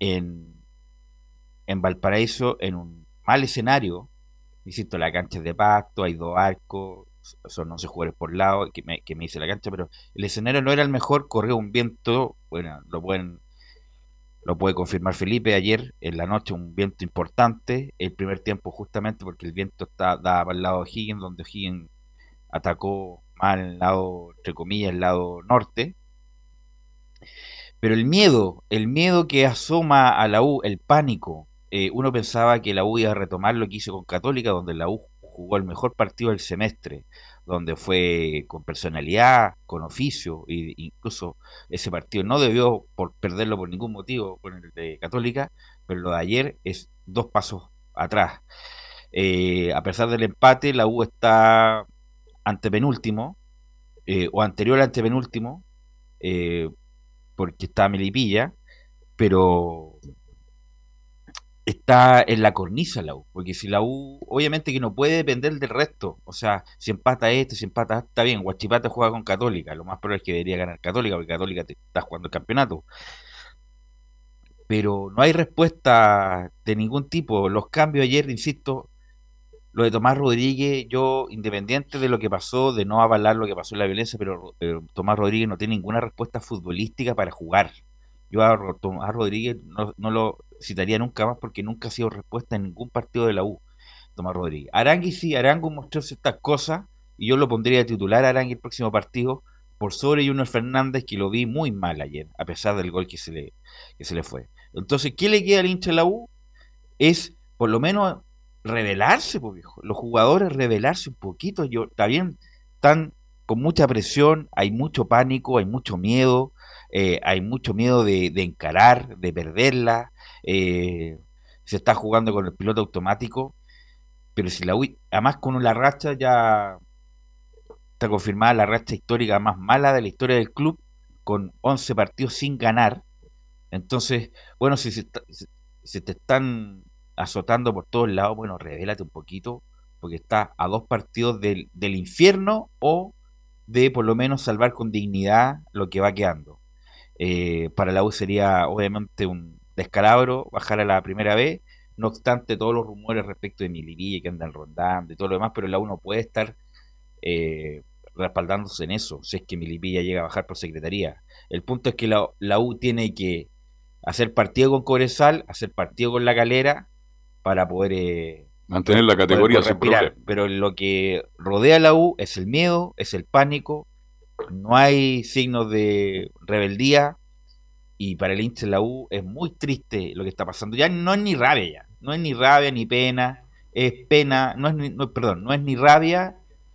en Valparaíso, en un mal escenario. Insisto, la cancha es de pasto, hay 2 arcos, son 11 jugadores por lado, que me dice la cancha, pero el escenario no era el mejor, corrió un viento, bueno, lo puede confirmar Felipe, ayer en la noche un viento importante, el primer tiempo justamente porque el viento daba para el lado de O'Higgins, donde O'Higgins atacó mal el lado, entre comillas, el lado norte. Pero el miedo que asoma a la U, el pánico, uno pensaba que la U iba a retomar lo que hizo con Católica, donde la U jugó el mejor partido del semestre, donde fue con personalidad, con oficio, e incluso ese partido no debió perderlo por ningún motivo con el de Católica, pero lo de ayer es 2 pasos atrás. A pesar del empate, la U está antepenúltimo, o anterior al antepenúltimo, porque está Melipilla, pero está en la cornisa la U, porque si la U, obviamente que no puede depender del resto, o sea, si empata si empata, está bien, Huachipato juega con Católica, lo más probable es que debería ganar Católica, porque Católica está jugando el campeonato, pero no hay respuesta de ningún tipo. Los cambios ayer, insisto, lo de Tomás Rodríguez, yo, independiente de lo que pasó, de no avalar lo que pasó en la violencia, pero Tomás Rodríguez no tiene ninguna respuesta futbolística para jugar. Yo a Tomás Rodríguez no lo citaría nunca más porque nunca ha sido respuesta en ningún partido de la U, Tomás Rodríguez. Arangui sí, Arango mostró ciertas cosas y yo lo pondría de titular a Arangui el próximo partido por sobre Junior Fernández, que lo vi muy mal ayer, a pesar del gol que se le fue. Entonces, ¿qué le queda al hincha de la U? Es, por lo menos, revelarse, pues, viejo. Los jugadores revelarse un poquito. Está bien, están con mucha presión, hay mucho pánico, hay mucho miedo, hay mucho miedo de encarar, de perderla, se está jugando con el piloto automático, pero si la U, además con la racha, ya está confirmada la racha histórica más mala de la historia del club, con 11 partidos sin ganar. Entonces, bueno, si se te están azotando por todos lados, bueno, revélate un poquito, porque está a 2 partidos del infierno, o de por lo menos salvar con dignidad lo que va quedando. Para la U sería obviamente un descalabro bajar a la primera vez, no obstante todos los rumores respecto de Milivilla que andan rondando y todo lo demás, pero la U no puede estar respaldándose en eso, si es que Milipilla llega a bajar por secretaría. El punto es que la U tiene que hacer partido con Cobresal, hacer partido con La Calera, para poder mantener la categoría sin respirar. Pero lo que rodea a la U es el miedo, es el pánico, no hay signos de rebeldía, y para el hincha de la U es muy triste lo que está pasando. Ya no es ni rabia, no es ni rabia ni pena, es pena, no es ni rabia,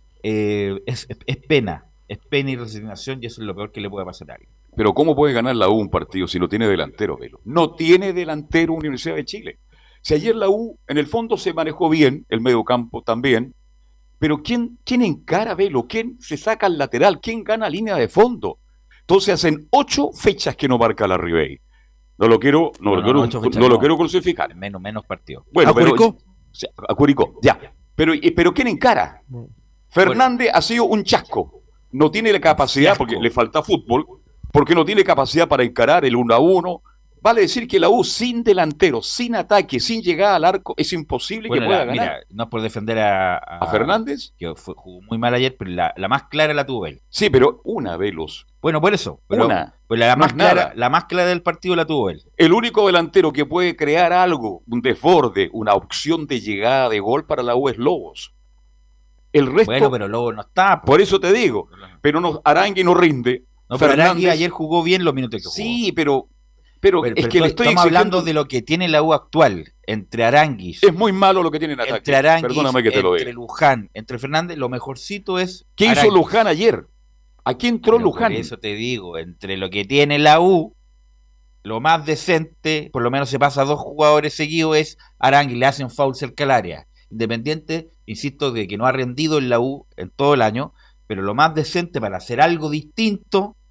es pena y resignación, y eso es lo peor que le puede pasar a alguien. Pero ¿cómo puede ganar la U un partido si no tiene delantero, Velo? No tiene delantero Universidad de Chile. Si ayer la U, en el fondo, se manejó bien, el medio campo también, pero ¿quién encara, Velo? ¿Quién se saca al lateral? ¿Quién gana línea de fondo? Entonces hacen 8 fechas que no marca la Ribey. No lo quiero crucificar. Menos partidos. Bueno, ¿A Curicó? A Curicó, ya. Pero ¿quién encara? Fernández ha sido un chasco. No tiene la capacidad, porque le falta fútbol, porque no tiene capacidad para encarar el 1-1. Vale decir que la U sin delantero, sin ataque, sin llegada al arco, es imposible que pueda ganar. Mira, no es por defender a Fernández, que jugó muy mal ayer, pero la más clara la tuvo él. Sí, pero una, Velos. Bueno, por eso. Una. Pues la más clara del partido la tuvo él. El único delantero que puede crear algo, un desborde, una opción de llegada de gol para la U es Lobos. El resto. Bueno, pero Lobos no está. Por eso te digo. Pero Arangui no rinde. No, pero Arangui ayer jugó bien los minutos que jugó. Sí, pero es que le estoy estamos hablando de lo que tiene la U actual, entre Aranguis. Es muy malo lo que tiene en ataque. Entre Aranguis, perdóname que te lo diga. Entre Luján, entre Fernández, lo mejorcito es ¿Qué hizo Luján ayer? ¿A quién entró Luján? Por eso te digo, entre lo que tiene la U, lo más decente, por lo menos se pasa a 2 jugadores seguidos, es Aranguis, le hacen foul cerca al área. Independiente, insisto, de que no ha rendido en la U en todo el año, pero lo más decente para hacer algo distinto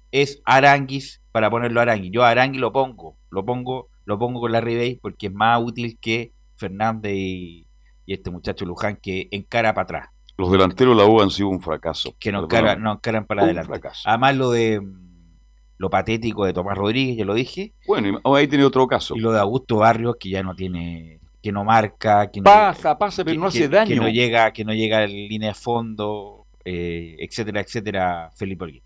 es Aranguis para ponerlo a Arangui. Yo a Arangui lo pongo con la Ribey porque es más útil que Fernández y este muchacho Luján que encara para atrás. Los delanteros de la U han sido un fracaso. Que no encaran para adelante. Fracaso. Además lo patético de Tomás Rodríguez, ya lo dije. Bueno, ahí tiene otro caso. Y lo de Augusto Barrios, que ya no tiene, que no marca, que no pasa, pero no hace daño. Que no llega a línea de fondo, etcétera, Felipe Olguín.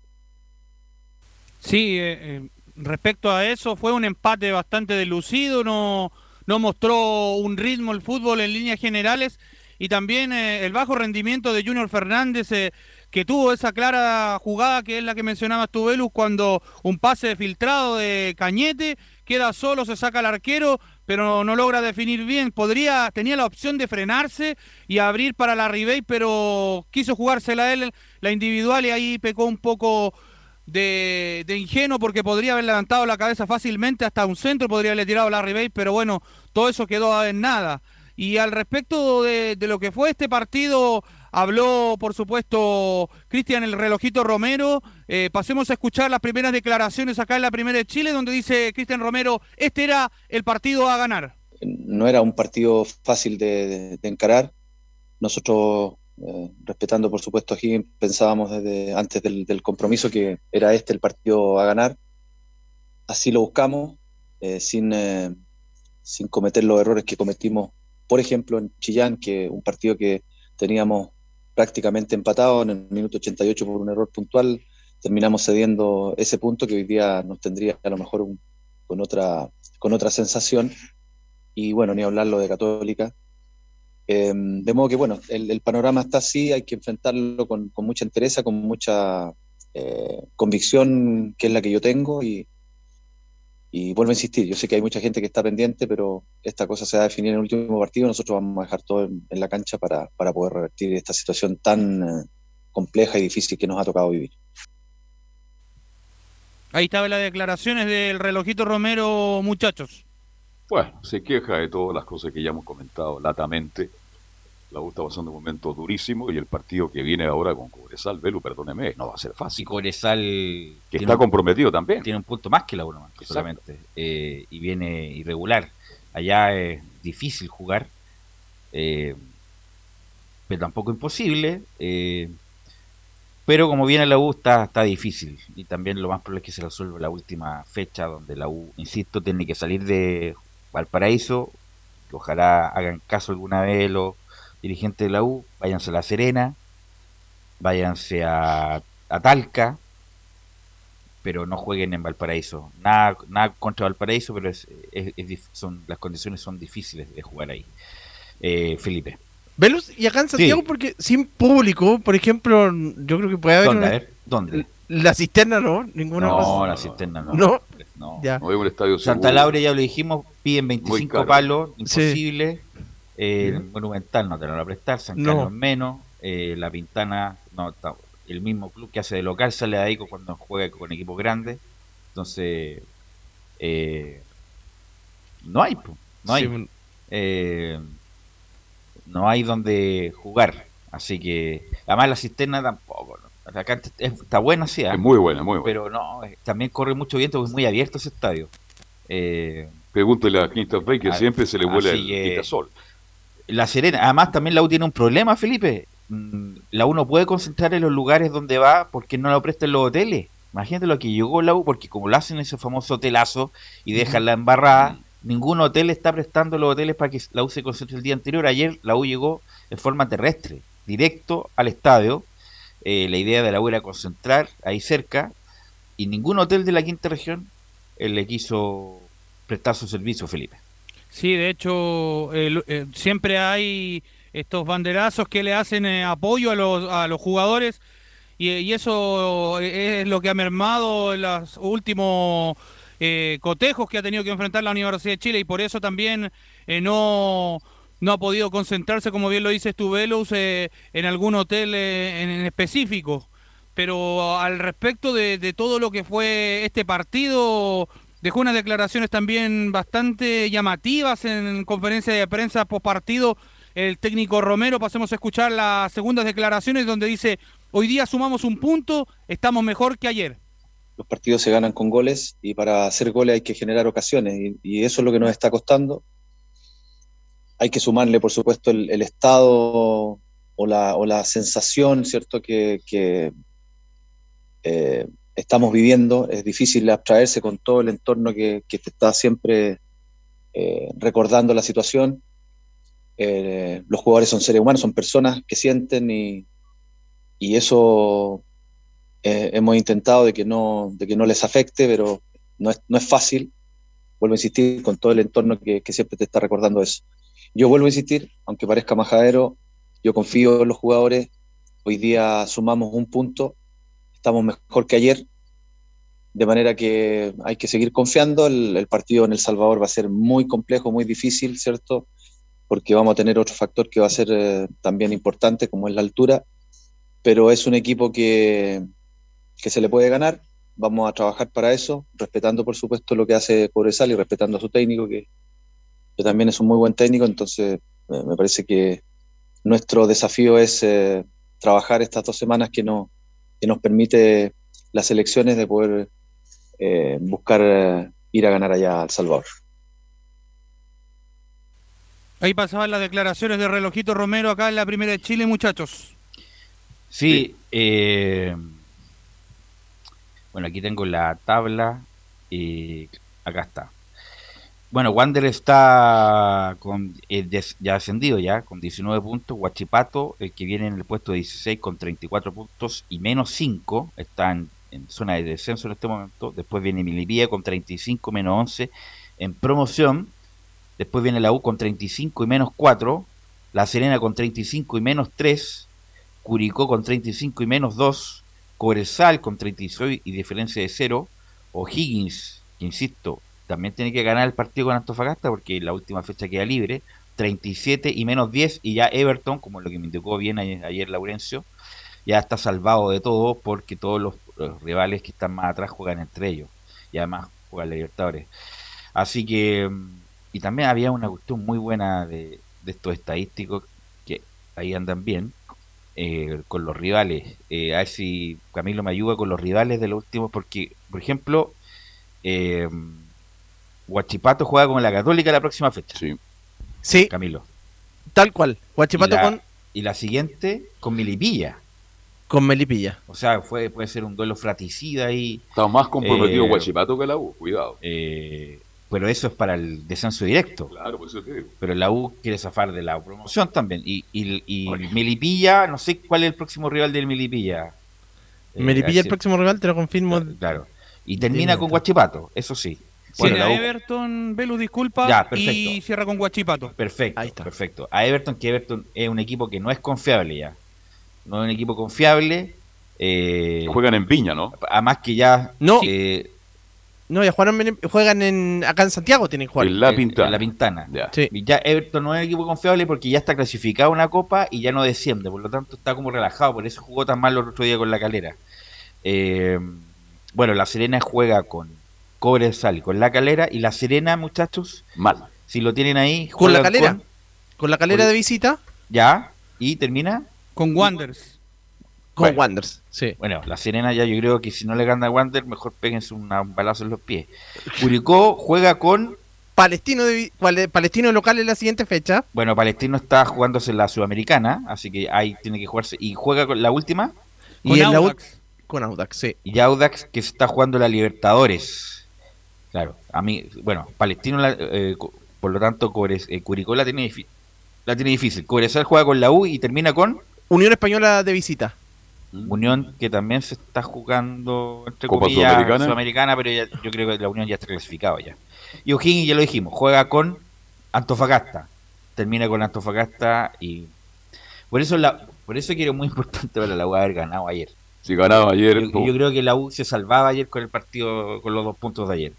Sí, respecto a eso, fue un empate bastante deslucido, no mostró un ritmo el fútbol en líneas generales, y también el bajo rendimiento de Junior Fernández, que tuvo esa clara jugada que es la que mencionabas tú, Velus, cuando un pase filtrado de Cañete, queda solo, se saca al arquero, pero no logra definir bien. Tenía la opción de frenarse y abrir para la Ribey, pero quiso jugársela él, la individual, y ahí pecó un poco de ingenuo, porque podría haber levantado la cabeza fácilmente hasta un centro, podría haberle tirado a la Ribey, pero bueno, todo eso quedó en nada. Y al respecto de lo que fue este partido, habló, por supuesto, Cristian el Relojito Romero. Pasemos a escuchar las primeras declaraciones acá en la Primera de Chile, donde dice Cristian Romero, este era el partido a ganar. No era un partido fácil de encarar. Nosotros, respetando, por supuesto, a Higgins, pensábamos desde antes del compromiso que era este el partido a ganar. Así lo buscamos, sin cometer los errores que cometimos, por ejemplo, en Chillán, que un partido que teníamos prácticamente empatado en el minuto 88 por un error puntual, terminamos cediendo ese punto que hoy día nos tendría a lo mejor con otra sensación. Y bueno, ni hablarlo de Católica. De modo que bueno, el panorama está así, hay que enfrentarlo con mucha entereza, con mucha convicción, que es la que yo tengo, y vuelvo a insistir, yo sé que hay mucha gente que está pendiente, pero esta cosa se va a definir en el último partido. Nosotros vamos a dejar todo en la cancha para poder revertir esta situación tan compleja y difícil que nos ha tocado vivir. Ahí estaban las declaraciones del Relojito Romero, muchachos. Bueno, se queja de todas las cosas que ya hemos comentado latamente. La U está pasando un momento durísimo, y el partido que viene ahora con Cobresal, Velu, perdóneme, no va a ser fácil. Y Cobresal, que está comprometido también. Tiene un punto más que la U nomás, solamente. Y viene irregular. Allá es difícil jugar, pero tampoco imposible. Pero como viene la U, está difícil. Y también lo más probable es que se resuelva la última fecha, donde la U, insisto, tiene que salir de Valparaíso. Que ojalá hagan caso alguna vez los dirigentes de la U, váyanse a La Serena, váyanse a Talca, pero no jueguen en Valparaíso. Nada contra Valparaíso, pero las condiciones son difíciles de jugar ahí. Felipe. Velus, y acá en Santiago, sí, porque sin público, por ejemplo, yo creo que puede haber... ¿Dónde? A ver, ¿dónde? La cisterna no, ninguna. No, la cisterna no. No, ya. No hay un estadio Santa seguro. Laura, ya lo dijimos, piden 25 palos, imposible. Sí. Monumental no te lo van a prestar, San Carlos menos, La Pintana, no, el mismo club que hace de local sale de ahí cuando juega con equipos grandes. Entonces, no hay. No hay donde jugar. Así que, además la cisterna tampoco, ¿no? Acá está buena, sí. Es muy buena, muy buena. Pero no, también corre mucho viento, porque es muy abierto ese estadio. Pregúntale a Quintas Bay, que siempre se le vuela el quitasol. La Serena, además también la U tiene un problema, Felipe. La U no puede concentrar en los lugares donde va porque no lo prestan los hoteles. Imagínate lo que llegó la U, porque como lo hacen ese famoso hotelazo y dejan la embarrada, ningún hotel está prestando los hoteles para que la U se concentre el día anterior. Ayer la U llegó en forma terrestre, directo al estadio. La idea de la U era concentrar ahí cerca, y ningún hotel de la quinta región le quiso prestar su servicio, Felipe. Sí, de hecho, siempre hay estos banderazos que le hacen apoyo a los jugadores, y eso es lo que ha mermado en los últimos cotejos que ha tenido que enfrentar la Universidad de Chile, y por eso también no ha podido concentrarse, como bien lo dices tú, Velus, en algún hotel en específico. Pero al respecto de todo lo que fue este partido, dejó unas declaraciones también bastante llamativas en conferencia de prensa post partido el técnico Romero. Pasemos a escuchar las segundas declaraciones, donde dice: hoy día sumamos un punto, estamos mejor que ayer. los partidos se ganan con goles y para hacer goles hay que generar ocasiones y eso es lo que nos está costando. Hay que sumarle, por supuesto, el estado o la sensación, ¿cierto?, que estamos viviendo. Es difícil abstraerse con todo el entorno que te está siempre recordando la situación. Los jugadores son seres humanos, son personas que sienten y eso hemos intentado de que no les afecte, pero no es fácil. Vuelvo a insistir, con todo el entorno que siempre te está recordando eso. Yo vuelvo a insistir, aunque parezca majadero, yo confío en los jugadores. Hoy día sumamos un punto, estamos mejor que ayer, de manera que hay que seguir confiando. El partido en El Salvador va a ser muy complejo, muy difícil, ¿cierto?, porque vamos a tener otro factor que va a ser también importante, como es la altura, pero es un equipo que se le puede ganar. Vamos a trabajar para eso, respetando por supuesto lo que hace Cobresal y respetando a su técnico, que también es un muy buen técnico. Entonces me parece que nuestro desafío es trabajar estas 2 semanas que nos permite las elecciones de poder buscar ir a ganar allá a El Salvador. Ahí pasaban las declaraciones de Relojito Romero acá en la Primera de Chile, muchachos. Sí, bueno, aquí tengo la tabla y acá está. Bueno, Wander está ya ascendido ya, con 19 puntos. Huachipato, el que viene en el puesto 16 con 34 puntos y menos 5, está en zona de descenso en este momento. Después viene Milipilla con 35 menos 11 en promoción. Después viene la U con 35 y menos 4, La Serena con 35 y menos 3, Curicó con 35 y menos 2, Cobresal con 36 y diferencia de 0, O'Higgins, que insisto, también tiene que ganar el partido con Antofagasta porque la última fecha queda libre, 37 y menos 10, y ya Everton, como lo que me indicó bien ayer Laurencio, ya está salvado de todo porque todos los rivales que están más atrás juegan entre ellos y además juegan Libertadores. Así que... Y también había una cuestión muy buena de estos estadísticos que ahí andan bien con los rivales. A ver si Camilo me ayuda con los rivales de los últimos, porque, por ejemplo, Huachipato juega con la Católica la próxima fecha. Sí. Camilo. Tal cual. Huachipato y la siguiente con Milipilla. Con Melipilla. O sea, puede ser un duelo fratricida ahí. Está más comprometido Huachipato que la U, cuidado. Pero eso es para el descenso directo. Claro, por eso te digo. Pero la U quiere zafar de la promoción también. Y Melipilla, no sé cuál es el próximo rival del Melipilla. Melipilla, el próximo rival, te lo confirmo. Claro. Y termina con Huachipato, eso sí. Bueno, a Everton, Velu, disculpa, ya, perfecto. Y cierra con Huachipato. Perfecto, ahí está. Perfecto. A Everton, que Everton es un equipo que no es confiable ya. No es un equipo confiable. Juegan en Viña, ¿no? Además que ya... No. No, ya juegan acá en Santiago, tienen que jugar. En La Pintana. En La Pintana. Ya. Sí. Y ya Everton no es un equipo confiable porque ya está clasificado a una copa y ya no desciende, por lo tanto está como relajado, por eso jugó tan mal el otro día con La Calera. Bueno, La Serena juega con Cobresal y con La Calera, y La Serena, muchachos, mal. Si lo tienen ahí, ¿Con La Calera? ¿Con La Calera de visita? Ya, y termina con Wanderers. Con Wanderers, sí. Bueno, La Serena ya yo creo que si no le gana a Wander, mejor péguense un balazo en los pies. Curicó juega con Palestino local en la siguiente fecha. Bueno, Palestino está jugándose la Sudamericana, así que ahí tiene que jugarse. Y juega con la última. Con Audax. Con Audax, sí. Y Audax que se está jugando la Libertadores. Claro, a mí, bueno, Palestino, por lo tanto, Curicó la tiene difícil. Cobresal juega con la U y termina con Unión Española de visita. Unión, que también se está jugando entre Copa comillas Sudamericana, pero yo creo que la Unión ya está clasificado ya. Y O'Higgins, ya lo dijimos, juega con Antofagasta, termina con Antofagasta, y por eso quiero, muy importante para la U haber ganado ayer. Si ganaba ayer, yo creo que la U se salvaba ayer con el partido, con los 2 puntos de ayer.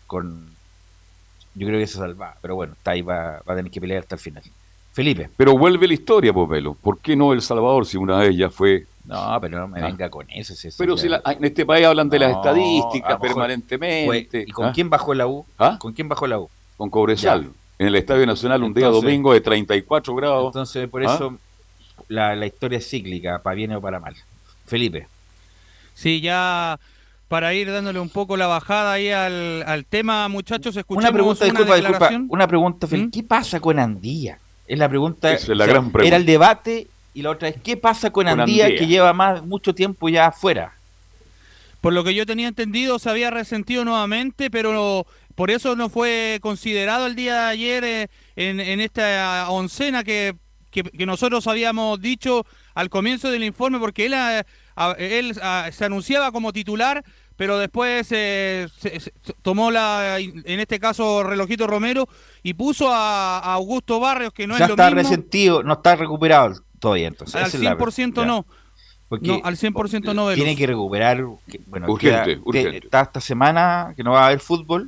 Yo creo que se salvaba, pero bueno, está ahí, va a tener que pelear hasta el final. Felipe. Pero vuelve la historia, pues, Velo. ¿Por qué no El Salvador si una vez ya fue? No, pero no me venga con eso. Pero si en este país hablan de las estadísticas permanentemente. ¿Y con quién bajó la U? ¿Con quién bajó la U? Con Cobresal. En el Estadio Nacional un día domingo de 34 grados. Entonces, por eso la historia es cíclica, para bien o para mal. Felipe. Sí, ya para ir dándole un poco la bajada ahí al tema, muchachos, escuchemos una pregunta, disculpa, una pregunta, Felipe. ¿Qué pasa con Andía? Es la pregunta. Esa es la gran pregunta. Era el debate, y la otra es, ¿qué pasa con Andía, que lleva mucho tiempo ya afuera? Por lo que yo tenía entendido, se había resentido nuevamente, pero por eso no fue considerado el día de ayer en esta oncena que nosotros habíamos dicho al comienzo del informe, porque él se anunciaba como titular, pero después se tomó en este caso Relojito Romero, y puso a Augusto Barrios, que no ya es lo está mismo. Resentido, no está recuperado todavía, entonces. Al 100% no. No, al 100% no. Tiene que recuperar. Bueno, urgente. Está esta semana que no va a haber fútbol.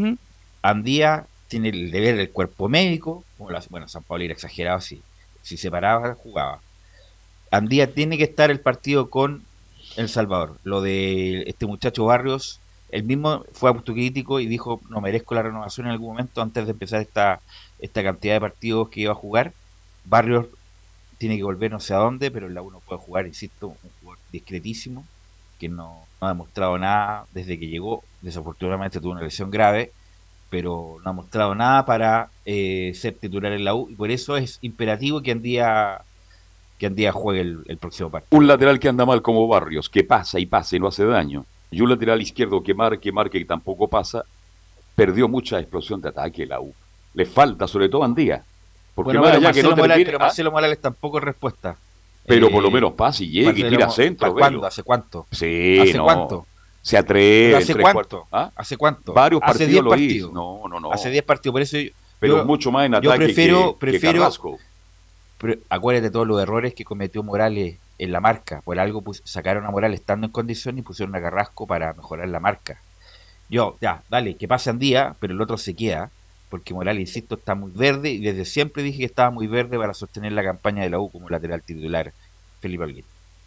Andía tiene el deber del cuerpo médico. Bueno, San Pablo era exagerado, si se paraba, jugaba. Andía tiene que estar el partido con El Salvador. Lo de este muchacho Barrios, él mismo fue autocrítico y dijo, no merezco la renovación en algún momento antes de empezar esta cantidad de partidos que iba a jugar. Barrios tiene que volver no sé a dónde, pero en la U no puede jugar, insisto, un jugador discretísimo, que no ha demostrado nada desde que llegó. Desafortunadamente tuvo una lesión grave, pero no ha mostrado nada para ser titular en la U, y por eso es imperativo que Andía juegue el próximo partido. Un lateral que anda mal como Barrios, que pasa y no hace daño, y un lateral izquierdo que marque y tampoco pasa, perdió mucha explosión de ataque la U. Le falta sobre todo Andía. Porque bueno, Marcelo Morales tampoco es respuesta. Pero por lo menos pasa y llega y tira centro. ¿Hace cuánto? Sí, ¿Hace cuánto? Se atreve. ¿Hace cuánto? ¿Hace cuánto? Varios hace partidos 10 lo partidos. No. Hace 10 partidos, por eso pero mucho más en ataque que Carrasco. Acuérdate de todos los errores que cometió Morales en la marca. Por algo sacaron a Morales estando en condición y pusieron a Carrasco para mejorar la marca. Dale, que pase Andía, pero el otro se queda. Porque Morales, insisto, está muy verde, y desde siempre dije que estaba muy verde para sostener la campaña de la U como lateral titular, Felipe Alguín.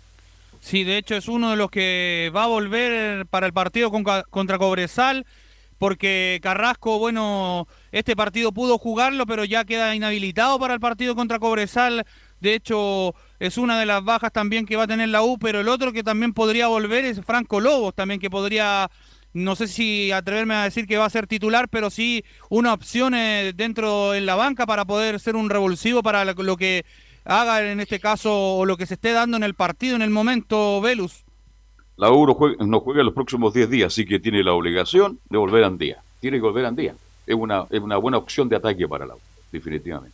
Sí, de hecho es uno de los que va a volver para el partido contra Cobresal, porque Carrasco, bueno, este partido pudo jugarlo, pero ya queda inhabilitado para el partido contra Cobresal. De hecho, es una de las bajas también que va a tener la U, pero el otro que también podría volver es Franco Lobos, también, que podría... No sé si atreverme a decir que va a ser titular, pero sí una opción dentro en la banca para poder ser un revulsivo para lo que haga en este caso, o lo que se esté dando en el partido en el momento, Velus. La U no juega los próximos 10 días, así que tiene la obligación de volver a Andía. Tiene que volver a Andía. Es una buena opción de ataque para la U, definitivamente.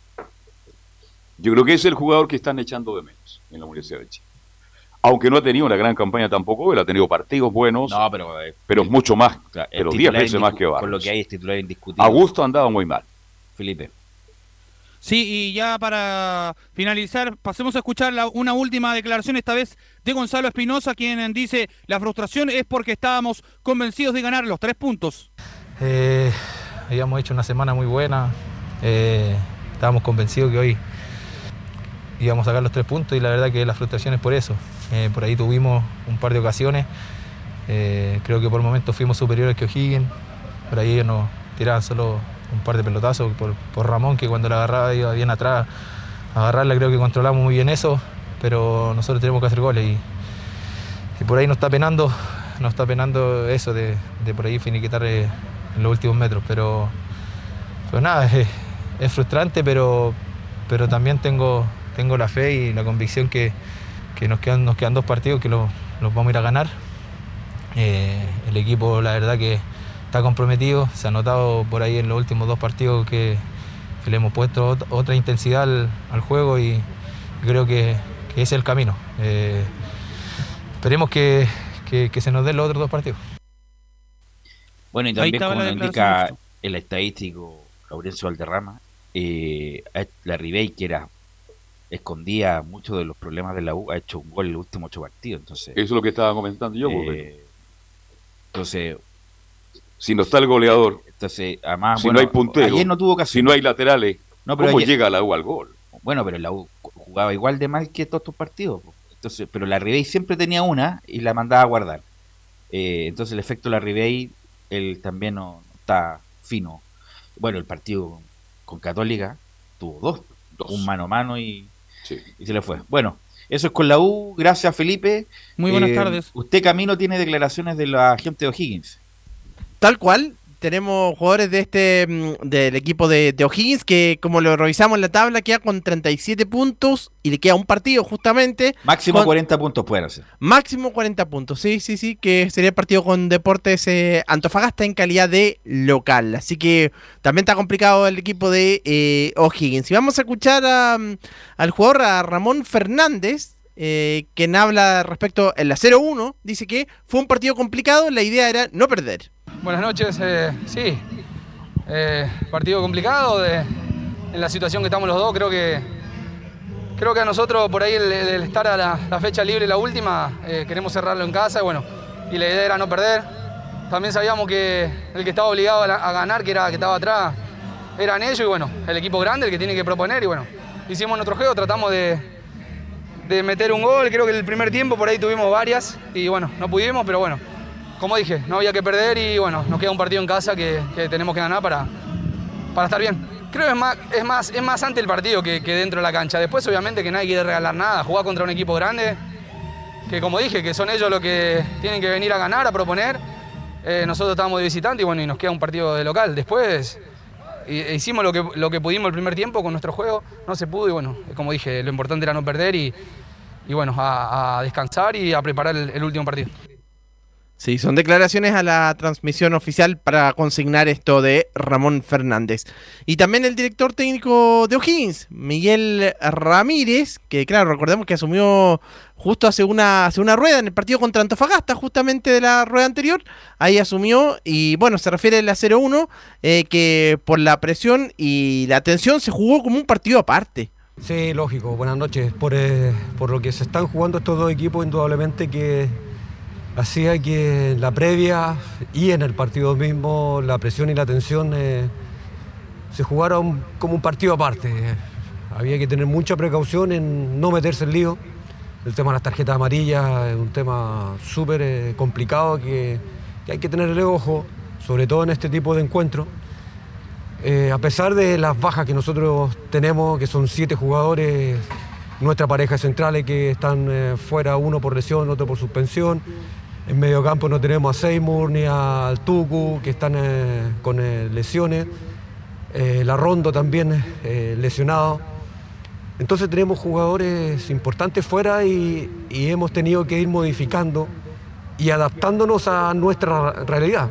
Yo creo que es el jugador que están echando de menos en la Universidad de Chile. Aunque no ha tenido una gran campaña tampoco, él ha tenido partidos buenos, pero es mucho más, pero 10 veces más que Barrios. Por lo que hay es titular indiscutible. Augusto andaba muy mal. Felipe. Sí, y ya para finalizar, pasemos a escuchar una última declaración, esta vez de Gonzalo Espinosa, quien dice, la frustración es porque estábamos convencidos de ganar los 3 puntos. Habíamos hecho una semana muy buena, estábamos convencidos que hoy íbamos a sacar los 3 puntos, y la verdad que la frustración es por eso. Por ahí tuvimos un par de ocasiones, creo que por momentos fuimos superiores que O'Higgins, por ahí ellos nos tiraban solo un par de pelotazos por Ramón, que cuando la agarraba iba bien atrás a agarrarla. Creo que controlamos muy bien eso, pero nosotros tenemos que hacer goles, y por ahí nos está penando eso de por ahí finiquitar en los últimos metros, pero nada, es frustrante, pero también tengo la fe y la convicción que nos quedan 2 partidos que los vamos a ir a ganar. El equipo, la verdad que está comprometido, se ha notado por ahí en los últimos 2 partidos que le hemos puesto otra intensidad al juego, y creo que ese es el camino. Esperemos que se nos den los otros 2 partidos. Bueno, y también como nos indica el estadístico Laurencio Valderrama, la Ribey, que escondía muchos de los problemas de la U, ha hecho un gol en los últimos 8 partidos. Entonces, eso es lo que estaba comentando yo. Entonces, si no está el goleador, entonces además, si no hay puntero, ayer no tuvo ocasión, si no hay laterales, ¿cómo llega la U al gol? Bueno, pero la U jugaba igual de mal que todos estos partidos. Entonces, pero la Ribey siempre tenía una y la mandaba a guardar. Entonces el efecto de la Ribey, él también no está fino. Bueno, el partido con Católica tuvo 2, un mano a mano y se le fue. Bueno, Eso es con la U. Gracias, Felipe. Muy buenas tardes. Usted, Camilo, tiene declaraciones de la gente de O'Higgins. Tal cual. Tenemos jugadores del equipo de O'Higgins que, como lo revisamos en la tabla, queda con 37 puntos y le queda un partido justamente. Máximo 40 puntos pueden hacer. Máximo 40 puntos, sí, que sería el partido con Deportes Antofagasta en calidad de local. Así que también está complicado el equipo de O'Higgins. Y vamos a escuchar al jugador, a Ramón Fernández, quien habla respecto en la 0-1. Dice que fue un partido complicado, la idea era no perder. Buenas noches, sí, partido complicado, en la situación que estamos los dos, creo que a nosotros por ahí el estar a la fecha libre, la última, queremos cerrarlo en casa y la idea era no perder. También sabíamos que el que estaba obligado a ganar, que estaba atrás, eran ellos y el equipo grande, el que tiene que proponer y hicimos nuestro juego, tratamos de meter un gol, creo que el primer tiempo por ahí tuvimos varias y no pudimos, pero como dije, no había que perder y nos queda un partido en casa que tenemos que ganar para estar bien. Creo que es más antes el partido que dentro de la cancha. Después obviamente que nadie quiere regalar nada, jugar contra un equipo grande, que como dije, que son ellos los que tienen que venir a ganar, a proponer. Nosotros estábamos de visitante y nos queda un partido de local. Después hicimos lo que pudimos el primer tiempo con nuestro juego, no se pudo y como dije, lo importante era no perder y a descansar y a preparar el último partido. Sí, son declaraciones a la transmisión oficial para consignar esto de Ramón Fernández. Y también el director técnico de O'Higgins, Miguel Ramírez, que claro, recordemos que asumió justo hace una rueda en el partido contra Antofagasta, justamente de la rueda anterior, ahí asumió y se refiere a la 0-1, que por la presión y la tensión se jugó como un partido aparte. Sí, lógico, buenas noches. Por lo que se están jugando estos dos equipos, indudablemente que hacía que en la previa y en el partido mismo la presión y la tensión se jugaron como un partido aparte. Había que tener mucha precaución en no meterse en lío. El tema de las tarjetas amarillas es un tema súper complicado que hay que tenerle ojo, sobre todo en este tipo de encuentros. A pesar de las bajas que nosotros tenemos, que son 7 jugadores, nuestra pareja centrales que están fuera, uno por lesión, otro por suspensión. En medio campo no tenemos a Seymour ni al Tucu, que están con lesiones. La Rondo también lesionado. Entonces tenemos jugadores importantes fuera y hemos tenido que ir modificando y adaptándonos a nuestra realidad.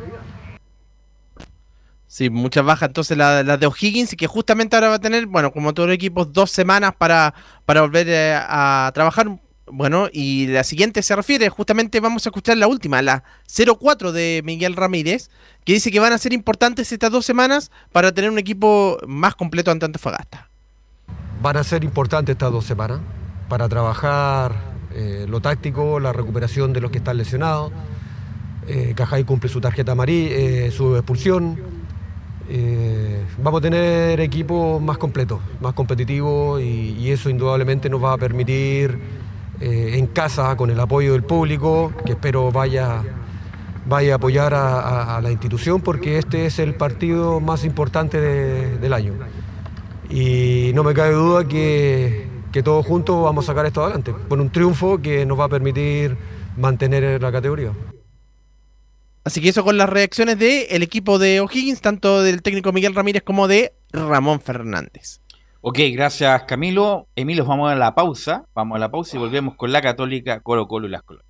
Sí, muchas bajas. Entonces la de O'Higgins, que justamente ahora va a tener, como todos los equipos, 2 semanas para volver a trabajar. Y la siguiente se refiere, justamente vamos a escuchar la última, la 0-4 de Miguel Ramírez, que dice que van a ser importantes estas 2 semanas para tener un equipo más completo ante Antofagasta. Van a ser importantes estas 2 semanas para trabajar lo táctico, la recuperación de los que están lesionados. Cajay cumple su tarjeta amarilla, su expulsión. Vamos a tener equipos más completos, más competitivos y eso indudablemente nos va a permitir en casa, con el apoyo del público, que espero vaya a apoyar a la institución, porque este es el partido más importante del año. Y no me cabe duda que todos juntos vamos a sacar esto adelante, con un triunfo que nos va a permitir mantener la categoría. Así que eso con las reacciones del equipo de O'Higgins, tanto del técnico Miguel Ramírez como de Ramón Fernández. Ok, gracias Camilo. Emilio, vamos a la pausa y volvemos con la Católica, Colo-Colo y las Colonias.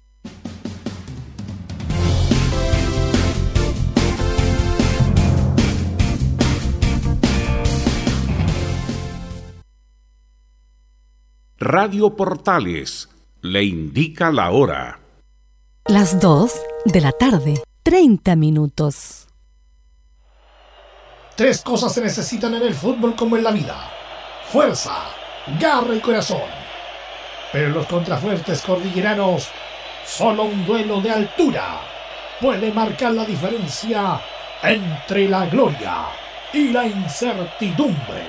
Radio Portales le indica la hora. Las 2 de la tarde, 30 minutos. 3 cosas se necesitan en el fútbol como en la vida: fuerza, garra y corazón. Pero en los contrafuertes cordilleranos, solo un duelo de altura puede marcar la diferencia entre la gloria y la incertidumbre.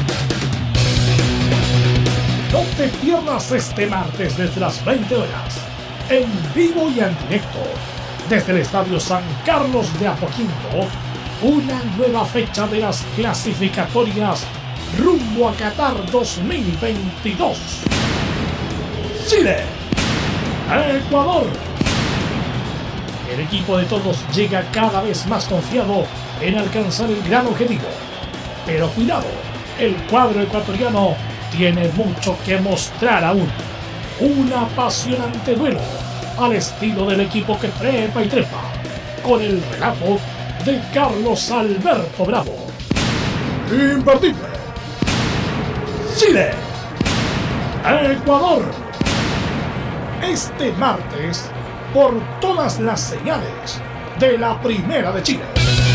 No te pierdas este martes desde las 20 horas, en vivo y en directo, desde el Estadio San Carlos de Apoquindo, una nueva fecha de las clasificatorias rumbo a Qatar 2022. Chile, Ecuador. El equipo de todos llega cada vez más confiado en alcanzar el gran objetivo. Pero cuidado, el cuadro ecuatoriano tiene mucho que mostrar aún. Un apasionante duelo al estilo del equipo que trepa y trepa, con el relato de Carlos Alberto Bravo. Imperdible. Chile, Ecuador. Este martes, por todas las señales de la Primera de Chile.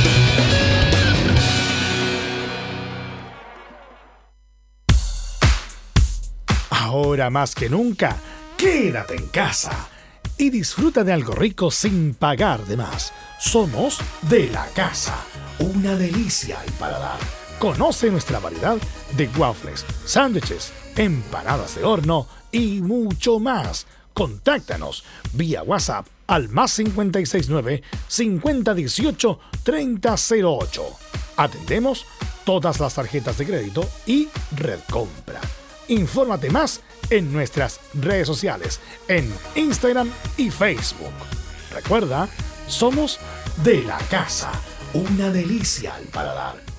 Ahora más que nunca, quédate en casa y disfruta de algo rico sin pagar de más. Somos de la casa, una delicia al paladar. Conoce nuestra variedad de waffles, sándwiches, empanadas de horno y mucho más. Contáctanos vía WhatsApp al +569 5018 3008. Atendemos todas las tarjetas de crédito y Red Compra. Infórmate más en nuestras redes sociales, en Instagram y Facebook. Recuerda, somos de la casa, una delicia al paladar.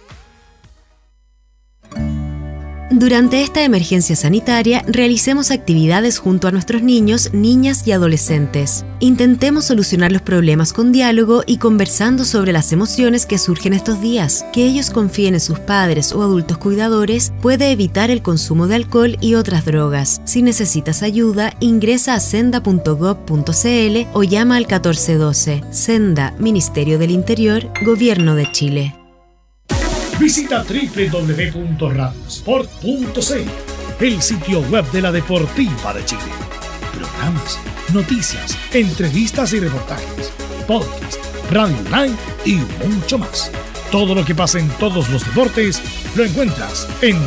Durante esta emergencia sanitaria, realicemos actividades junto a nuestros niños, niñas y adolescentes. Intentemos solucionar los problemas con diálogo y conversando sobre las emociones que surgen estos días. Que ellos confíen en sus padres o adultos cuidadores puede evitar el consumo de alcohol y otras drogas. Si necesitas ayuda, ingresa a senda.gov.cl o llama al 1412. Senda, Ministerio del Interior, Gobierno de Chile. Visita www.radiosport.cl, el sitio web de la Deportiva de Chile. Programas, noticias, entrevistas y reportajes, podcast, radio online y mucho más. Todo lo que pasa en todos los deportes lo encuentras en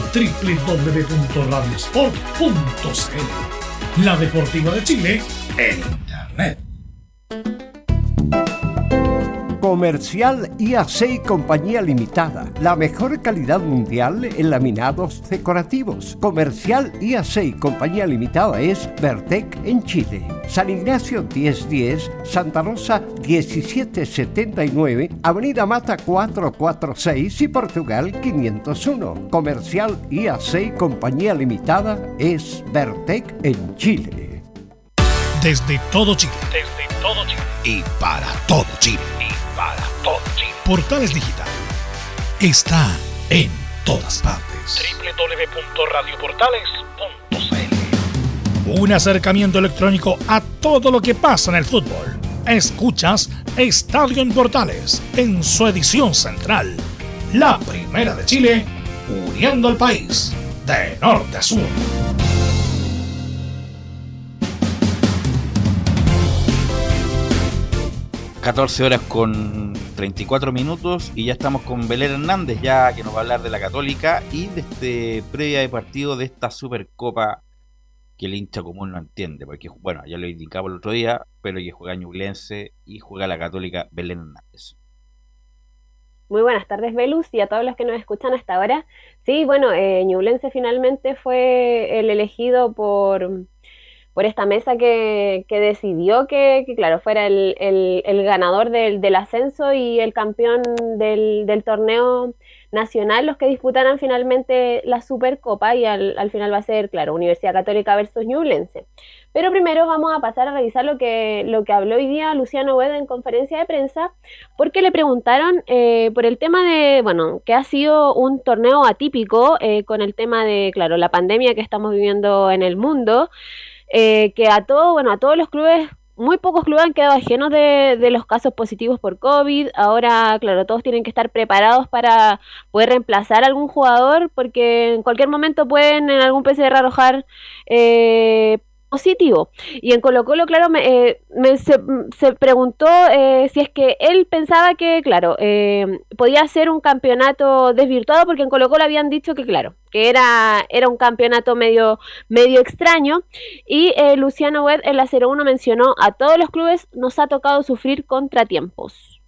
www.radiosport.cl. La Deportiva de Chile en Internet. Comercial IAC y Compañía Limitada. La mejor calidad mundial en laminados decorativos. Comercial IAC y Compañía Limitada es Vertec en Chile. San Ignacio 1010, Santa Rosa 1779, Avenida Mata 446 y Portugal 501. Comercial IAC y Compañía Limitada es Vertec en Chile. Desde todo Chile. Y para todo Chile. Portales Digital está en todas partes. www.radioportales.cl. Un acercamiento electrónico a todo lo que pasa en el fútbol. Escuchas Estadio en Portales en su edición central. La Primera de Chile, uniendo al país de norte a sur. 14 horas con 34 minutos y ya estamos con Belén Hernández, ya que nos va a hablar de la Católica y de este previa de partido de esta Supercopa que el hincha común no entiende, porque bueno, ya lo indicaba el otro día, pero que juega Ñublense y juega la Católica. Belén Hernández. Muy buenas tardes, Velus, y a todos los que nos escuchan hasta ahora. Sí, bueno, Ñublense finalmente fue el elegido por esta mesa que decidió que claro, fuera el ganador del ascenso y el campeón del torneo nacional, los que disputaran finalmente la Supercopa, y al final va a ser, claro, Universidad Católica versus Ñublense. Pero primero vamos a pasar a revisar lo que habló hoy día Luciano Huet en conferencia de prensa, porque le preguntaron por el tema de, bueno, que ha sido un torneo atípico con el tema de, claro, la pandemia que estamos viviendo en el mundo, que a todos los clubes, muy pocos clubes han quedado ajenos de los casos positivos por COVID. Ahora, claro, todos tienen que estar preparados para poder reemplazar a algún jugador, porque en cualquier momento pueden en algún PCR arrojar positivo. Y en Colo-Colo, claro, se preguntó si es que él pensaba que, claro, podía ser un campeonato desvirtuado, porque en Colo-Colo habían dicho que, claro, que era un campeonato medio extraño, y Luciano Huet en la 01 mencionó: a todos los clubes nos ha tocado sufrir contratiempos.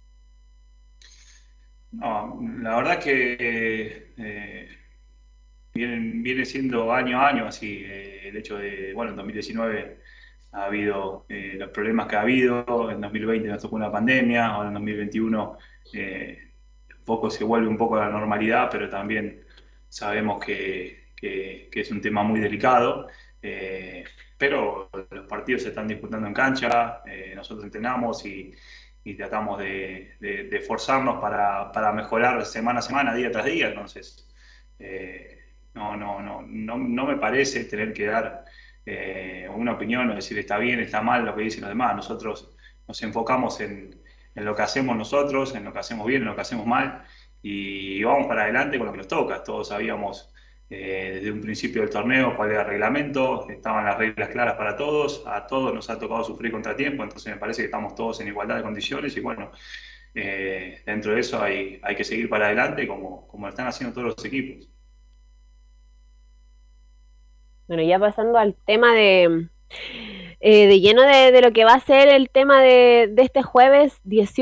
No, la verdad que viene siendo año a año así. El hecho de, bueno, en 2019 ha habido los problemas que ha habido, en 2020 nos tocó una pandemia, ahora en 2021 un poco se vuelve un poco a la normalidad, pero también sabemos que es un tema muy delicado. Pero los partidos se están disputando en cancha, nosotros entrenamos y tratamos de esforzarnos para mejorar semana a semana, día tras día. Entonces, no me parece tener que dar una opinión o decir está bien, está mal lo que dicen los demás. Nosotros nos enfocamos en lo que hacemos nosotros, en lo que hacemos bien, en lo que hacemos mal, y vamos para adelante con lo que nos toca. Todos sabíamos desde un principio del torneo cuál era el reglamento, estaban las reglas claras para todos, a todos nos ha tocado sufrir contratiempo, entonces me parece que estamos todos en igualdad de condiciones y bueno, dentro de eso hay que seguir para adelante como lo están haciendo todos los equipos. Bueno, ya pasando al tema de lleno de lo que va a ser el tema de este jueves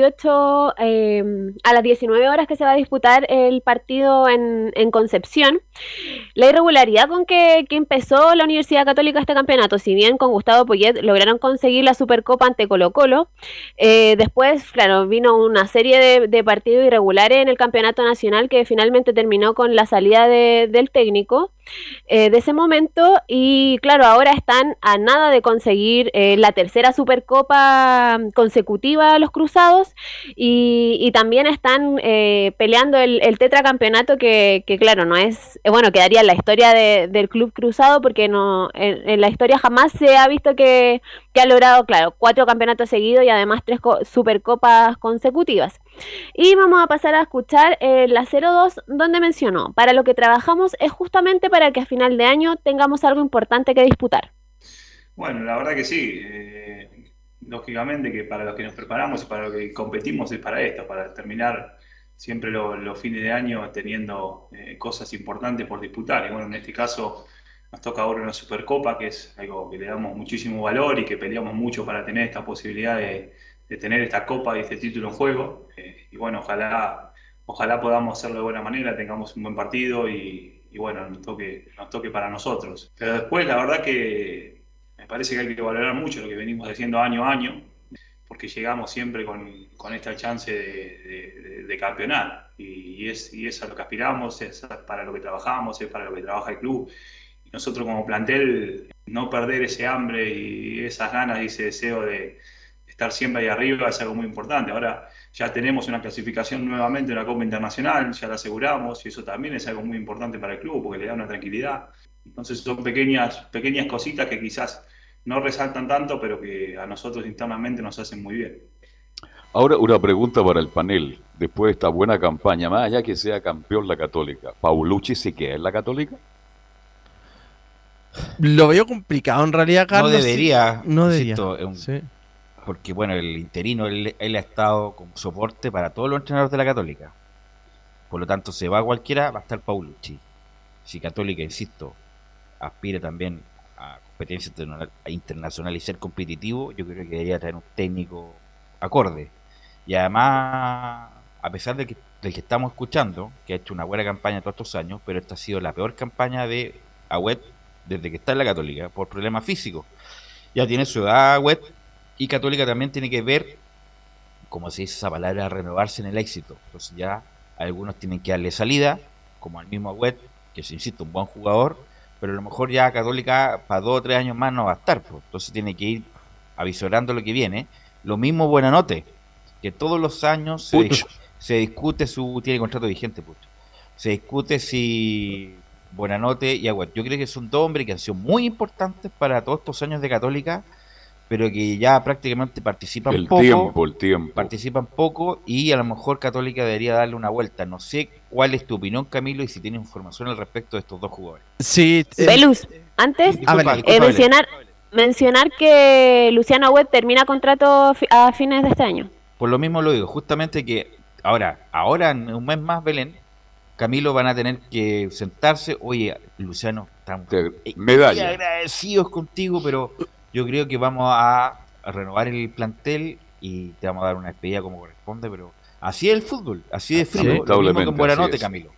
18 a las 19 horas que se va a disputar el partido en Concepción. La irregularidad con que empezó la Universidad Católica este campeonato, si bien con Gustavo Poyet lograron conseguir la Supercopa ante Colo-Colo, después, claro, vino una serie de partidos irregulares en el campeonato nacional que finalmente terminó con la salida del técnico de ese momento y claro, ahora están a nada de conseguir la tercera Supercopa consecutiva los Cruzados y también están peleando el tetracampeonato que claro, no es, bueno, quedaría en la historia del Club Cruzado porque no en la historia jamás se ha visto que ha logrado, claro, 4 campeonatos seguidos y además 3 Supercopas consecutivas. Y vamos a pasar a escuchar la 02 donde mencionó, para lo que trabajamos es justamente para que a final de año tengamos algo importante que disputar. Bueno, la verdad que sí, lógicamente que para lo que nos preparamos y para lo que competimos es para esto, para terminar siempre los fines de año teniendo cosas importantes por disputar. Y bueno, en este caso nos toca ahora una Supercopa, que es algo que le damos muchísimo valor y que peleamos mucho para tener esta posibilidad de tener esta copa y este título en juego. Y bueno, ojalá podamos hacerlo de buena manera, tengamos un buen partido y bueno, nos toque para nosotros. Pero después, la verdad que me parece que hay que valorar mucho lo que venimos haciendo año a año, porque llegamos siempre con esta chance de campeonar. Y es a lo que aspiramos, es para lo que trabajamos, es para lo que trabaja el club. Y nosotros como plantel, no perder ese hambre y esas ganas y ese deseo de estar siempre ahí arriba es algo muy importante. Ahora ya tenemos una clasificación nuevamente en la Copa Internacional, ya la aseguramos y eso también es algo muy importante para el club porque le da una tranquilidad. Entonces son pequeñas cositas que quizás no resaltan tanto, pero que a nosotros internamente nos hacen muy bien. Ahora una pregunta para el panel. Después de esta buena campaña, más allá que sea campeón la Católica, ¿Paulucci se queda en la Católica? Lo veo complicado en realidad, Carlos. No debería. No debería. Sí. Porque bueno, el interino, él ha estado como soporte para todos los entrenadores de la Católica. Por lo tanto, se va cualquiera, va a estar Paulucci. Si Católica, insisto, aspira también a competencia internacional y ser competitivo, yo creo que debería traer un técnico acorde. Y además, a pesar del que estamos escuchando, que ha hecho una buena campaña todos estos años, pero esta ha sido la peor campaña de Agüet desde que está en la Católica, por problemas físicos. Ya tiene su edad Agüet, y Católica también tiene que ver, como se dice esa palabra, renovarse en el éxito. Entonces ya algunos tienen que darle salida, como al mismo Agüet, que es, insisto, un buen jugador, pero a lo mejor ya Católica para 2 o 3 años más no va a estar, pues. Entonces tiene que ir avisorando lo que viene. Lo mismo Buenanote, que todos los años se discute tiene contrato vigente, se discute si Buenanote y Agüet. Yo creo que son 2 hombres que han sido muy importantes para todos estos años de Católica, pero que ya prácticamente participan participan poco y a lo mejor Católica debería darle una vuelta. No sé cuál es tu opinión, Camilo, y si tienes información al respecto de estos 2 jugadores. Sí, Velus, antes mencionar que Luciano Agüet termina contrato a fines de este año. Por lo mismo lo digo, justamente que ahora en un mes más, Belén, Camilo, van a tener que sentarse. Oye, Luciano, estamos muy agradecidos contigo, pero yo creo que vamos a renovar el plantel y te vamos a dar una despedida como corresponde, pero así es el fútbol, así de frío. Lo mismo con Buenanote, Camilo.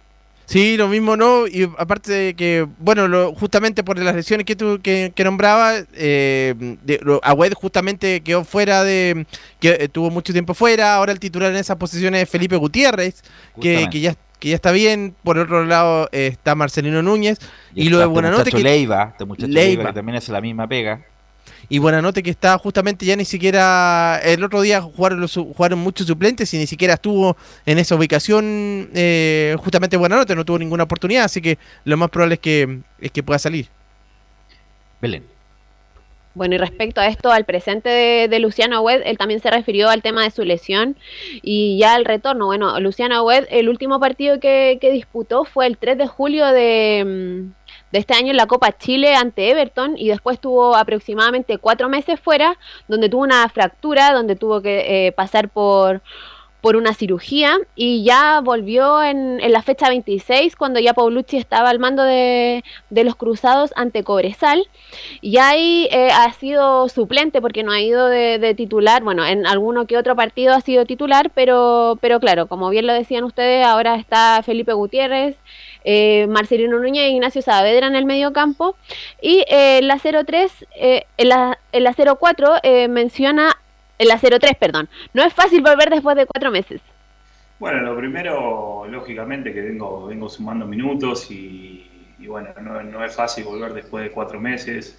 Sí, lo mismo, ¿no? Y aparte de que, bueno, justamente por las lesiones que nombraba, Agüed justamente quedó fuera que tuvo mucho tiempo fuera. Ahora el titular en esa posición es Felipe Gutiérrez, que ya está bien. Por otro lado está Marcelino Núñez. Y lo de Buenanote que Leiva, que también hace la misma pega. Y Buenanote que está justamente ya ni siquiera, el otro día jugaron muchos suplentes y ni siquiera estuvo en esa ubicación, justamente Buenanote no tuvo ninguna oportunidad, así que lo más probable es que pueda salir. Belén. Bueno, y respecto a esto, al presente de Luciano Agüed, él también se refirió al tema de su lesión y ya al retorno. Bueno, Luciano Agüed, el último partido que disputó fue el 3 de julio de este año en la Copa Chile ante Everton, y después tuvo aproximadamente 4 meses fuera, donde tuvo una fractura, donde tuvo que pasar por una cirugía, y ya volvió en la fecha 26, cuando ya Paulucci estaba al mando de los Cruzados ante Cobresal, y ahí ha sido suplente porque no ha ido de titular. Bueno, en alguno que otro partido ha sido titular, pero claro, como bien lo decían ustedes, ahora está Felipe Gutiérrez, Marcelino Núñez e Ignacio Saavedra en el medio campo, y en la 03, en la 04 menciona, en la 03, perdón, no es fácil volver después de 4 meses. Bueno, lo primero, lógicamente, que vengo sumando minutos y bueno, no es fácil volver después de 4 meses.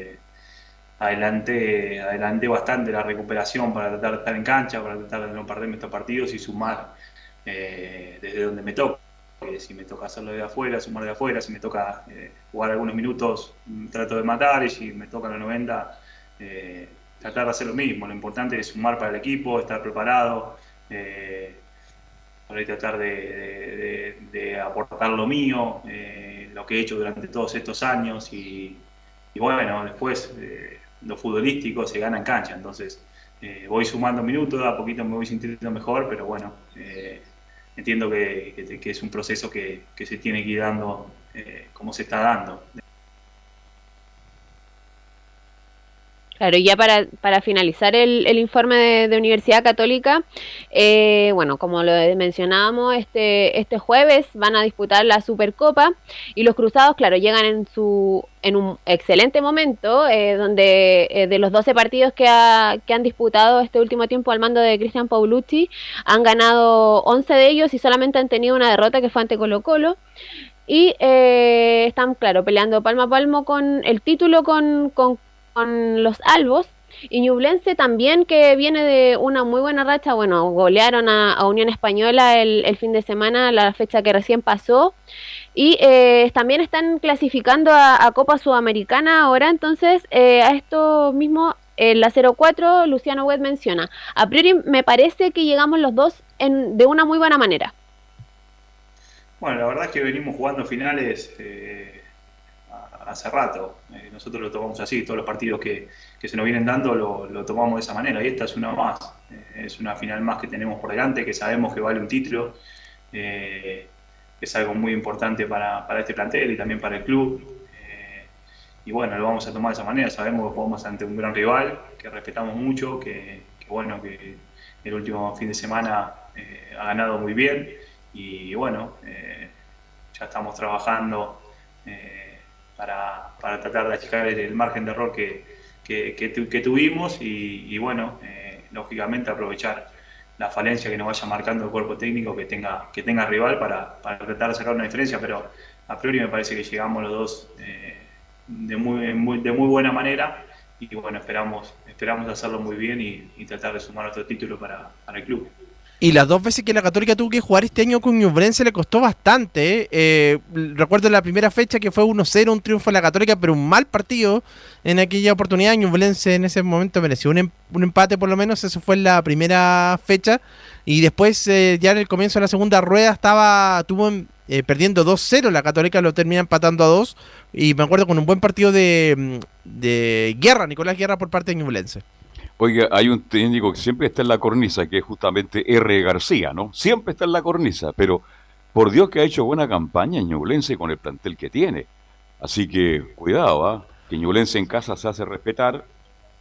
Adelanté bastante la recuperación para tratar de estar en cancha, para tratar de no perderme estos partidos y sumar desde donde me toca. Si me toca hacerlo de afuera, sumar de afuera. Si me toca jugar algunos minutos, trato de matar, y si me toca en los 90, tratar de hacer lo mismo. Lo importante es sumar para el equipo, estar preparado, por ahí tratar de aportar lo mío, lo que he hecho durante todos estos años, y bueno, después lo futbolístico se gana en cancha. Entonces voy sumando minutos, a poquito me voy sintiendo mejor, pero bueno, entiendo que es un proceso que se tiene que ir dando como se está dando. Claro, y ya para finalizar el informe de Universidad Católica, bueno, como lo mencionábamos, este jueves van a disputar la Supercopa, y los Cruzados, claro, llegan en un excelente momento, donde de los 12 partidos que han disputado este último tiempo al mando de Cristian Paulucci, han ganado 11 de ellos y solamente han tenido una derrota, que fue ante Colo-Colo. Y están, claro, peleando palmo a palmo con el título con los albos, y Ñublense también, que viene de una muy buena racha. Bueno, golearon a Unión Española el fin de semana, la fecha que recién pasó, y también están clasificando a Copa Sudamericana ahora. Entonces, a esto mismo, la 04, Luciano Agüed menciona: a priori me parece que llegamos los dos de una muy buena manera. Bueno, la verdad es que venimos jugando finales hace rato. Nosotros lo tomamos así, todos los partidos que se nos vienen dando lo tomamos de esa manera, y esta es una más, es una final más que tenemos por delante, que sabemos que vale un título, es algo muy importante para este plantel y también para el club, y bueno, lo vamos a tomar de esa manera. Sabemos que jugamos ante un gran rival, que respetamos mucho, que bueno, que el último fin de semana ha ganado muy bien, y bueno, ya estamos trabajando para tratar de achicar el margen de error que tuvimos, y bueno, lógicamente aprovechar la falencia que nos vaya marcando el cuerpo técnico que tenga rival para tratar de sacar una diferencia. Pero a priori me parece que llegamos los dos de muy buena manera, y bueno, esperamos hacerlo muy bien y tratar de sumar otro título para el club. Y las 2 veces que la Católica tuvo que jugar este año con Ñublense le costó bastante. Recuerdo la primera fecha, que fue 1-0, un triunfo de la Católica, pero un mal partido en aquella oportunidad. Ñublense en ese momento mereció un empate por lo menos. Eso fue en la primera fecha. Y después, ya en el comienzo de la segunda rueda, estuvo perdiendo 2-0. La Católica lo termina empatando a 2. Y me acuerdo con un buen partido de Guerra, Nicolás Guerra, por parte de Ñublense. Oiga, hay un técnico que siempre está en la cornisa, que es justamente R. García, ¿no? Siempre está en la cornisa, pero por Dios que ha hecho buena campaña en Ñublense con el plantel que tiene. Así que cuidado, que Ñublense en casa se hace respetar,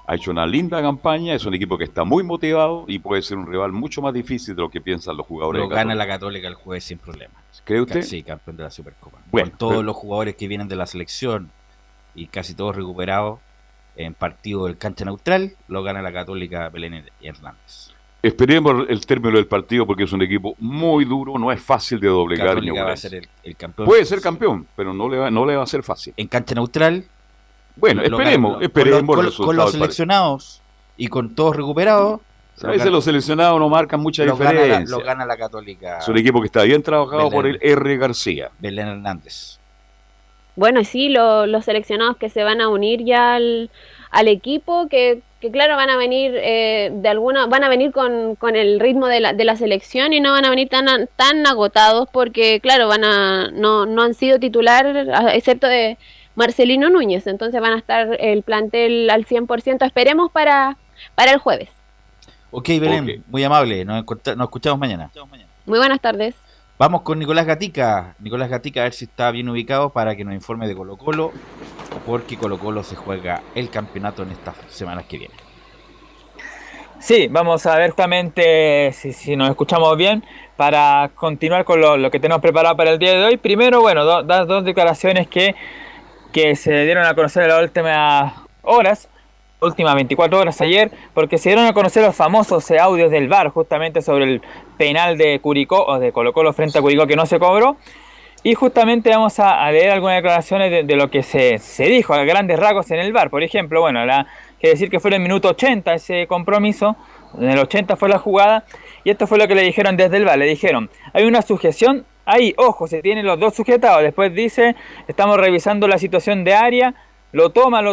Ha hecho una linda campaña, es un equipo que está muy motivado y puede ser un rival mucho más difícil de lo que piensan los jugadores. Lo gana la Católica el jueves sin problema. ¿Cree usted? Sí, campeón de la Supercopa. Bueno, con todos los jugadores que vienen de la selección y casi todos recuperados en partido del cancha neutral, lo gana la Católica Belén Hernández. Esperemos el término del partido porque es un equipo muy duro, no es fácil de doblegar. Católica va a ser el campeón. Puede ser campeón, pero no le va a ser fácil. En cancha neutral. Bueno, esperemos con los seleccionados y con todos recuperados. A veces los seleccionados no marcan mucha diferencia. Lo gana la Católica. Es un equipo que está bien trabajado por el R. García. Belén Hernández. Bueno, sí, los seleccionados que se van a unir ya al equipo, que claro, van a venir van a venir con el ritmo de la selección y no van a venir tan agotados porque, claro, no han sido titular, excepto de Marcelino Núñez, entonces van a estar el plantel al 100%, esperemos para el jueves. Ok, Belén, muy amable, nos escuchamos mañana. Muy buenas tardes. Vamos con Nicolás Gatica. Nicolás Gatica, a ver si está bien ubicado para que nos informe de Colo-Colo, porque Colo-Colo se juega el campeonato en estas semanas que vienen. Sí, vamos a ver justamente si nos escuchamos bien para continuar con lo que tenemos preparado para el día de hoy. Primero, bueno, dos declaraciones que se dieron a conocer en las últimas 24 horas ayer, porque se dieron a conocer los famosos audios del VAR justamente sobre el penal de Curicó o de Colo-Colo frente a Curicó que no se cobró. Y justamente vamos a leer algunas declaraciones de lo que se dijo a grandes rasgos en el VAR. Por ejemplo, bueno, quiere decir que fue en el minuto 80 ese compromiso, en el 80 fue la jugada, y esto fue lo que le dijeron desde el VAR. Le dijeron, hay una sujeción, ahí, ojo, se tienen los dos sujetados. Después dice, estamos revisando la situación de área, lo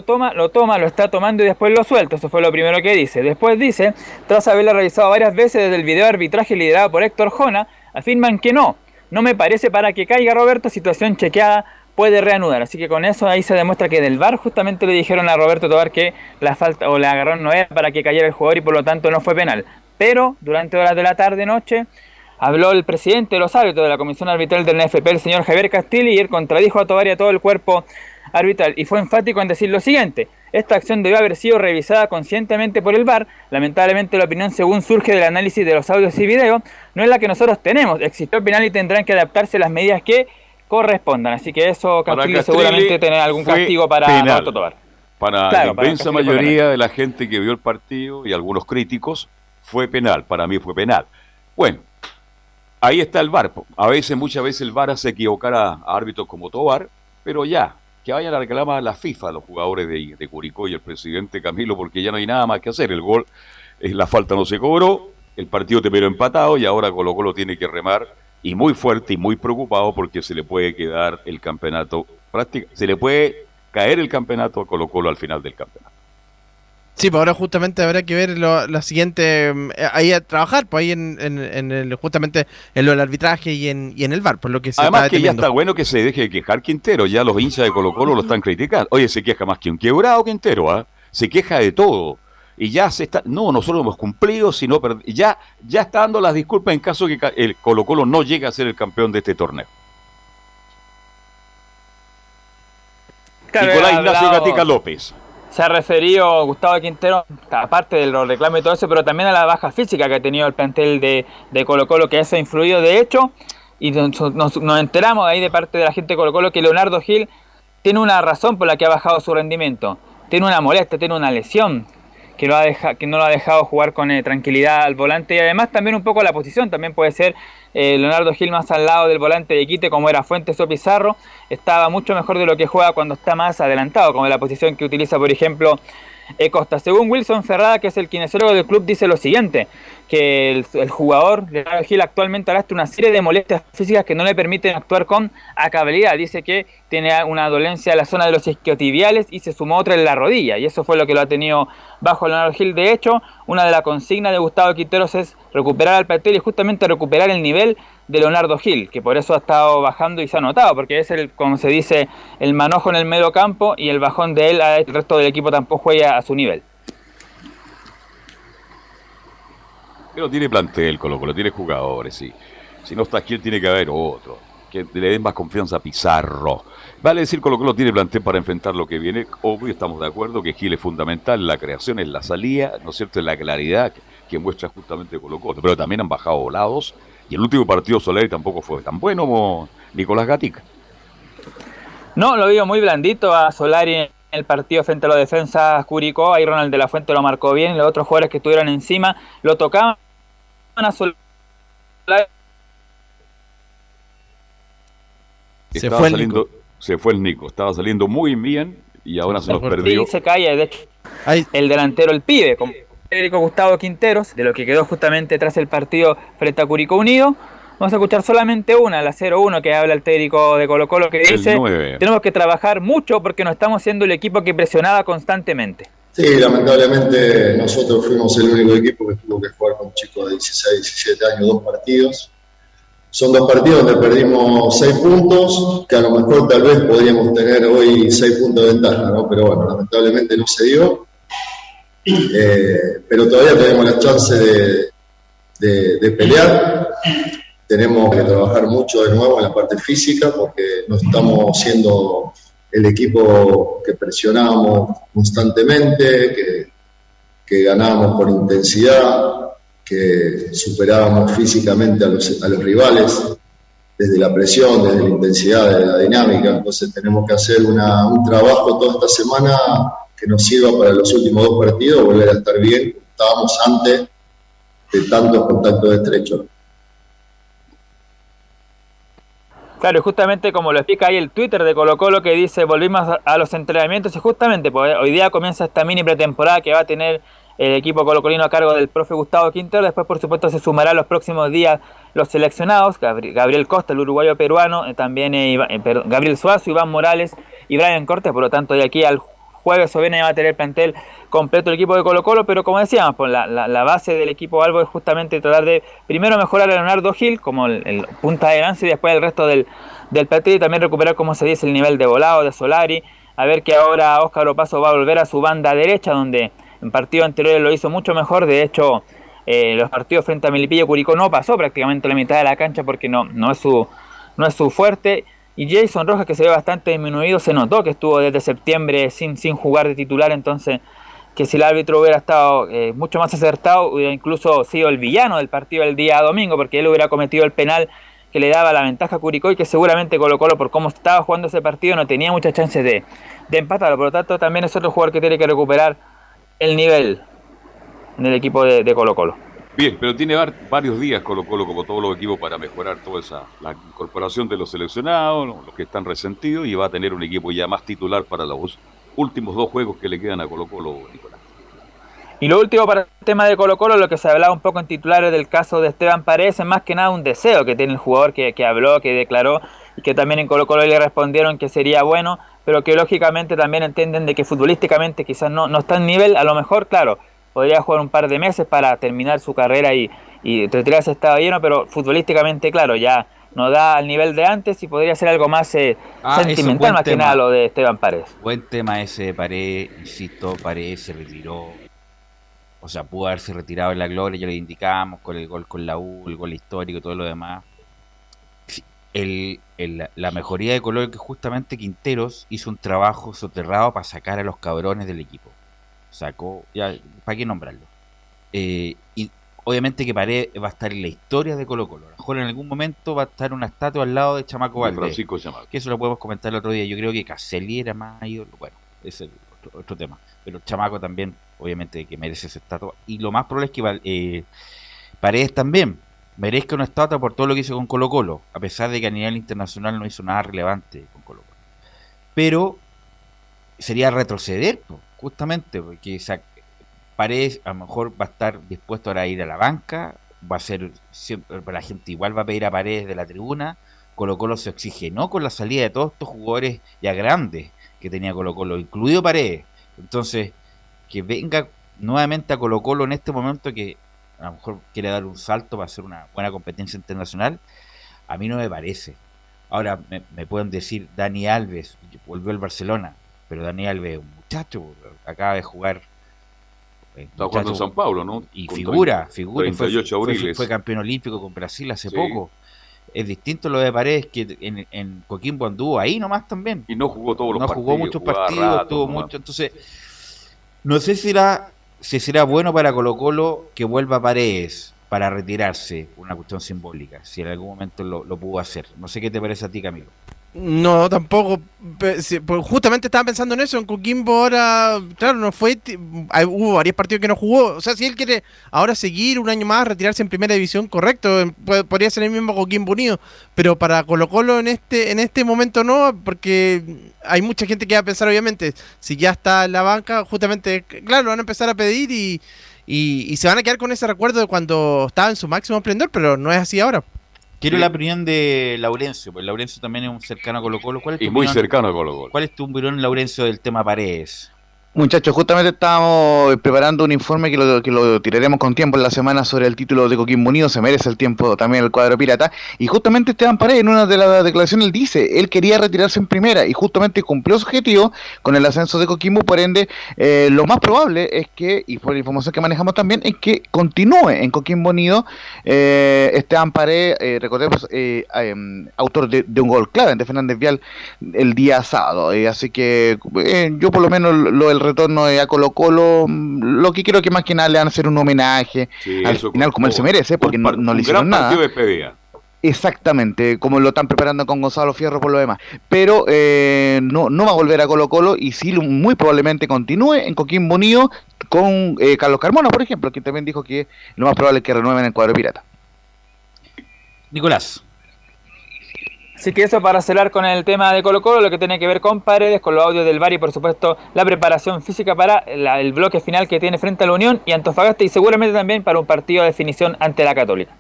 está tomando y después lo suelta. Eso fue lo primero que dice. Después dice, tras haberla revisado varias veces desde el video de arbitraje liderado por Héctor Jona, afirman que no me parece para que caiga Roberto, situación chequeada, puede reanudar. Así que con eso ahí se demuestra que del VAR justamente le dijeron a Roberto Tobar que la falta o la agarrón no era para que cayera el jugador y por lo tanto no fue penal. Pero durante horas de la tarde-noche habló el presidente de los árbitros de la Comisión Arbitral del NFP, el señor Javier Castilli, y él contradijo a Tobar y a todo el cuerpo arbitral y fue enfático en decir lo siguiente: esta acción debió haber sido revisada conscientemente por el VAR. Lamentablemente la opinión, según surge del análisis de los audios y videos, no es la que nosotros tenemos. Existió penal y tendrán que adaptarse las medidas que correspondan. Así que eso, Castillo seguramente tendrá algún castigo para Roberto Tobar. Para la inmensa mayoría de la gente que vio el partido y algunos críticos, fue penal. Para mí fue penal. Bueno, ahí está el VAR. Muchas veces el VAR hace equivocar a árbitros como Tobar, pero ya, que vayan a reclamar a la FIFA, a los jugadores de Curicó y el presidente Camilo, porque ya no hay nada más que hacer. El gol, la falta no se cobró, el partido terminó empatado y ahora Colo-Colo tiene que remar, y muy fuerte y muy preocupado porque se le puede quedar el campeonato, se le puede caer el campeonato a Colo-Colo al final del campeonato. Sí, pues ahora justamente habrá que ver la siguiente, ahí a trabajar, pues ahí justamente en lo del arbitraje y en el VAR, por lo que se además está que ya está bueno que se deje de quejar Quintero, ya los hinchas de Colo-Colo lo están criticando. Oye, se queja más que un quebrado Quintero, ¿ah? Se queja de todo. Y ya nosotros hemos cumplido, sino ya está dando las disculpas en caso que el Colo-Colo no llegue a ser el campeón de este torneo. Claro, Nicolás Ignacio Gatica López. Se ha referido Gustavo Quintero, aparte de los reclamos y todo eso, pero también a la baja física que ha tenido el plantel de Colo-Colo, que eso ha influido de hecho, y nos enteramos ahí de parte de la gente de Colo-Colo que Leonardo Gil tiene una razón por la que ha bajado su rendimiento, tiene una molestia, tiene una lesión que no lo ha dejado jugar con tranquilidad al volante, y además también un poco la posición, también puede ser Leonardo Gil más al lado del volante de Quite, como era Fuentes o Pizarro, estaba mucho mejor de lo que juega cuando está más adelantado, como la posición que utiliza por ejemplo Costa. Según Wilson Ferrada, que es el kinesiólogo del club, dice lo siguiente, que el jugador Leonardo Gil actualmente arrastra una serie de molestias físicas que no le permiten actuar con acababilidad. Dice que tiene una dolencia en la zona de los isquiotibiales y se sumó otra en la rodilla, y eso fue lo que lo ha tenido bajo Leonardo Gil. De hecho, una de las consignas de Gustavo Quinteros es recuperar al plantel y justamente recuperar el nivel de Leonardo Gil, que por eso ha estado bajando y se ha notado, porque es como se dice, el manojo en el medio campo, y el bajón de él, el resto del equipo tampoco juega a su nivel. Pero tiene plantel, Colo-Colo, tiene jugadores, sí. Si no está Gil, tiene que haber otro. que le den más confianza a Pizarro. Vale decir, Colo-Colo tiene plantel para enfrentar lo que viene. Obvio, estamos de acuerdo que Gil es fundamental, la creación es la salida, ¿no es cierto?, es la claridad que muestra justamente Colo-Colo. Pero también han bajado volados, y el último partido Solari tampoco fue tan bueno como Nicolás Gatica. No, lo vio muy blandito a Solari en el partido frente a los defensas Curicó. Ahí Ronald de la Fuente lo marcó bien, los otros jugadores que estuvieron encima lo tocaban a Solari. Se fue el Nico, estaba saliendo muy bien y ahora se nos perdió. Sí, se cae, de hecho, el delantero, el pibe, con Federico Gustavo Quinteros, de lo que quedó justamente tras el partido frente a Curicó Unido. Vamos a escuchar solamente una, la 0-1, que habla el técnico de Colo-Colo, que dice: tenemos que trabajar mucho porque no estamos siendo el equipo que presionaba constantemente. Sí, lamentablemente nosotros fuimos el único equipo que tuvo que jugar con chicos de 16, 17 años, 2 partidos. Son 2 partidos donde perdimos 6 puntos, que a lo mejor tal vez podríamos tener hoy 6 puntos de ventaja, ¿no? Pero bueno, lamentablemente no se dio. Pero todavía tenemos la chance de pelear. Tenemos que trabajar mucho de nuevo en la parte física porque no estamos siendo el equipo que presionábamos constantemente, que ganábamos por intensidad, que superábamos físicamente a los rivales desde la presión, desde la intensidad, desde la dinámica. Entonces tenemos que hacer un trabajo toda esta semana que nos sirva para los últimos 2 partidos, volver a estar bien, como estábamos antes de tantos contactos estrechos. Claro, y justamente como lo explica ahí el Twitter de Colo-Colo, que dice: volvimos a los entrenamientos, y justamente pues, hoy día comienza esta mini pretemporada que va a tener el equipo colocolino a cargo del profe Gustavo Quintero. Después, por supuesto, se sumará los próximos días los seleccionados: Gabriel Costa, el uruguayo peruano, también Gabriel Suazo, Iván Morales y Brian Cortés. Por lo tanto, de aquí al jueves o viernes va a tener plantel completo el equipo de Colo-Colo, pero como decíamos, pues, la base del equipo Albo es justamente tratar de primero mejorar a Leonardo Gil como el punta de lanza, y después el resto del partido, y también recuperar, como se dice, el nivel de volado de Solari. A ver que ahora Óscar Opaso va a volver a su banda derecha, donde en partidos anteriores lo hizo mucho mejor. De hecho, los partidos frente a Melipilla y Curicó no pasó prácticamente la mitad de la cancha porque no es su fuerte. Y Jason Rojas, que se ve bastante disminuido, se notó que estuvo desde septiembre sin jugar de titular. Entonces, que si el árbitro hubiera estado mucho más acertado, hubiera incluso sido el villano del partido el día domingo, porque él hubiera cometido el penal que le daba la ventaja a Curicó, y que seguramente Colo-Colo, por cómo estaba jugando ese partido, no tenía muchas chances de empatarlo. Por lo tanto, también es otro jugador que tiene que recuperar el nivel en el equipo de Colo-Colo. Bien, pero tiene varios días Colo-Colo, como todos los equipos, para mejorar toda la incorporación de los seleccionados, los que están resentidos, y va a tener un equipo ya más titular para los últimos 2 juegos que le quedan a Colo-Colo, Nicolás. Y lo último para el tema de Colo-Colo, lo que se hablaba un poco en titulares del caso de Esteban Paredes, es más que nada un deseo que tiene el jugador, que habló, que declaró, y que también en Colo-Colo le respondieron que sería bueno, pero que lógicamente también entienden de que futbolísticamente quizás no está en nivel. A lo mejor, claro, podría jugar un par de meses para terminar su carrera y retirarse estado lleno, pero futbolísticamente, claro, ya no da al nivel de antes, y podría ser algo más sentimental, más que nada lo de Esteban Paredes. Buen tema ese de Paredes, insisto. Paredes se retiró, o sea, pudo haberse retirado en la gloria, ya lo indicamos, con el gol con la U, el gol histórico y todo lo demás. La mejoría de Colo, que justamente Quinteros hizo un trabajo soterrado para sacar a los cabrones del equipo. Sacó, ya, ¿para qué nombrarlo? Y obviamente que Paredes va a estar en la historia de Colo-Colo. A lo mejor en algún momento va a estar una estatua al lado de Chamaco Valdés. Francisco Chamaco. Que eso lo podemos comentar el otro día. Yo creo que Caselli era más ídolo. Bueno, ese es otro tema. Pero Chamaco también, obviamente, que merece esa estatua. Y lo más probable es que Paredes también merezca una estatua por todo lo que hizo con Colo-Colo, a pesar de que a nivel internacional no hizo nada relevante con Colo-Colo. Pero sería retroceder, justamente, porque Paredes a lo mejor va a estar dispuesto ahora a ir a la banca, va a ser siempre, la gente igual va a pedir a Paredes de la tribuna. Colo-Colo se oxigenó con la salida de todos estos jugadores ya grandes que tenía Colo-Colo, incluido Paredes. Entonces, que venga nuevamente a Colo-Colo en este momento, que a lo mejor quiere dar un salto para hacer una buena competencia internacional, a mí no me parece. Ahora me pueden decir Dani Alves volvió al Barcelona, pero Dani Alves es un muchacho, acaba de jugar, está jugando en San Paulo, ¿no? Y con figura 38 abriles. fue campeón olímpico con Brasil hace poco. Es distinto lo de Paredes, que en Coquimbo anduvo ahí nomás también. Y no jugó todos los partidos. No jugó muchos partidos, tuvo mucho. Entonces, no sé si será bueno para Colo-Colo que vuelva Paredes para retirarse, una cuestión simbólica, si en algún momento lo pudo hacer. No sé qué te parece a ti, Camilo. No, tampoco. Pues justamente estaba pensando en eso. En Coquimbo ahora, claro, no fue. Hubo varios partidos que no jugó. O sea, si él quiere ahora seguir un año más, retirarse en primera división, correcto. Podría ser el mismo Coquimbo Unido. Pero para Colo-Colo en este momento no, porque hay mucha gente que va a pensar, obviamente, si ya está en la banca, justamente, claro, lo van a empezar a pedir y se van a quedar con ese recuerdo de cuando estaba en su máximo esplendor, pero no es así ahora. Quiero la opinión de Laurencio, pues Laurencio también es un cercano a Colo-Colo. Y muy cercano a Colo-Colo. ¿Cuál es tu opinión, Laurencio, del tema Paredes? Muchachos, justamente estábamos preparando un informe que lo tiraremos con tiempo en la semana sobre el título de Coquimbo Unido. Se merece el tiempo también el cuadro pirata. Y justamente Esteban Paredes, en una de las declaraciones, él dice, él quería retirarse en primera y justamente cumplió su objetivo con el ascenso de Coquimbo. Por ende, lo más probable es que, y por la información que manejamos también, es que continúe en Coquimbo Unido. Esteban Paredes, recordemos, autor de un gol clave ante Fernández Vial el día sábado. Así que yo por lo menos el retorno a Colo-Colo, lo que quiero que más que nada le van a hacer un homenaje al final como él se merece, porque no le hicieron nada. Partido de despedida. Exactamente, como lo están preparando con Gonzalo Fierro por lo demás. Pero no va a volver a Colo-Colo y sí muy probablemente continúe en Coquimbo Unido con Carlos Carmona, por ejemplo, que también dijo que lo más probable es que renueven el cuadro pirata. Nicolás. Así que eso para cerrar con el tema de Colo-Colo, lo que tiene que ver con Paredes, con los audios del VAR y por supuesto la preparación física para el bloque final que tiene frente a la Unión y Antofagasta y seguramente también para un partido de definición ante la Católica.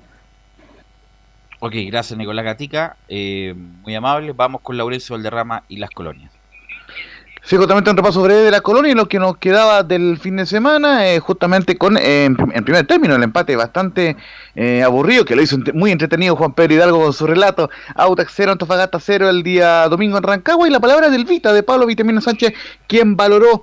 Ok, gracias Nicolás Gatica, muy amable. Vamos con Laurencio Valderrama y las colonias. Sí, justamente un repaso breve de la colonia y lo que nos quedaba del fin de semana, justamente con, en primer término, el empate bastante aburrido, que lo hizo muy entretenido Juan Pedro Hidalgo con su relato. Audax 0, Antofagasta 0 el día domingo en Rancagua, y la palabra del Vita, de Pablo Vitamino Sánchez, quien valoró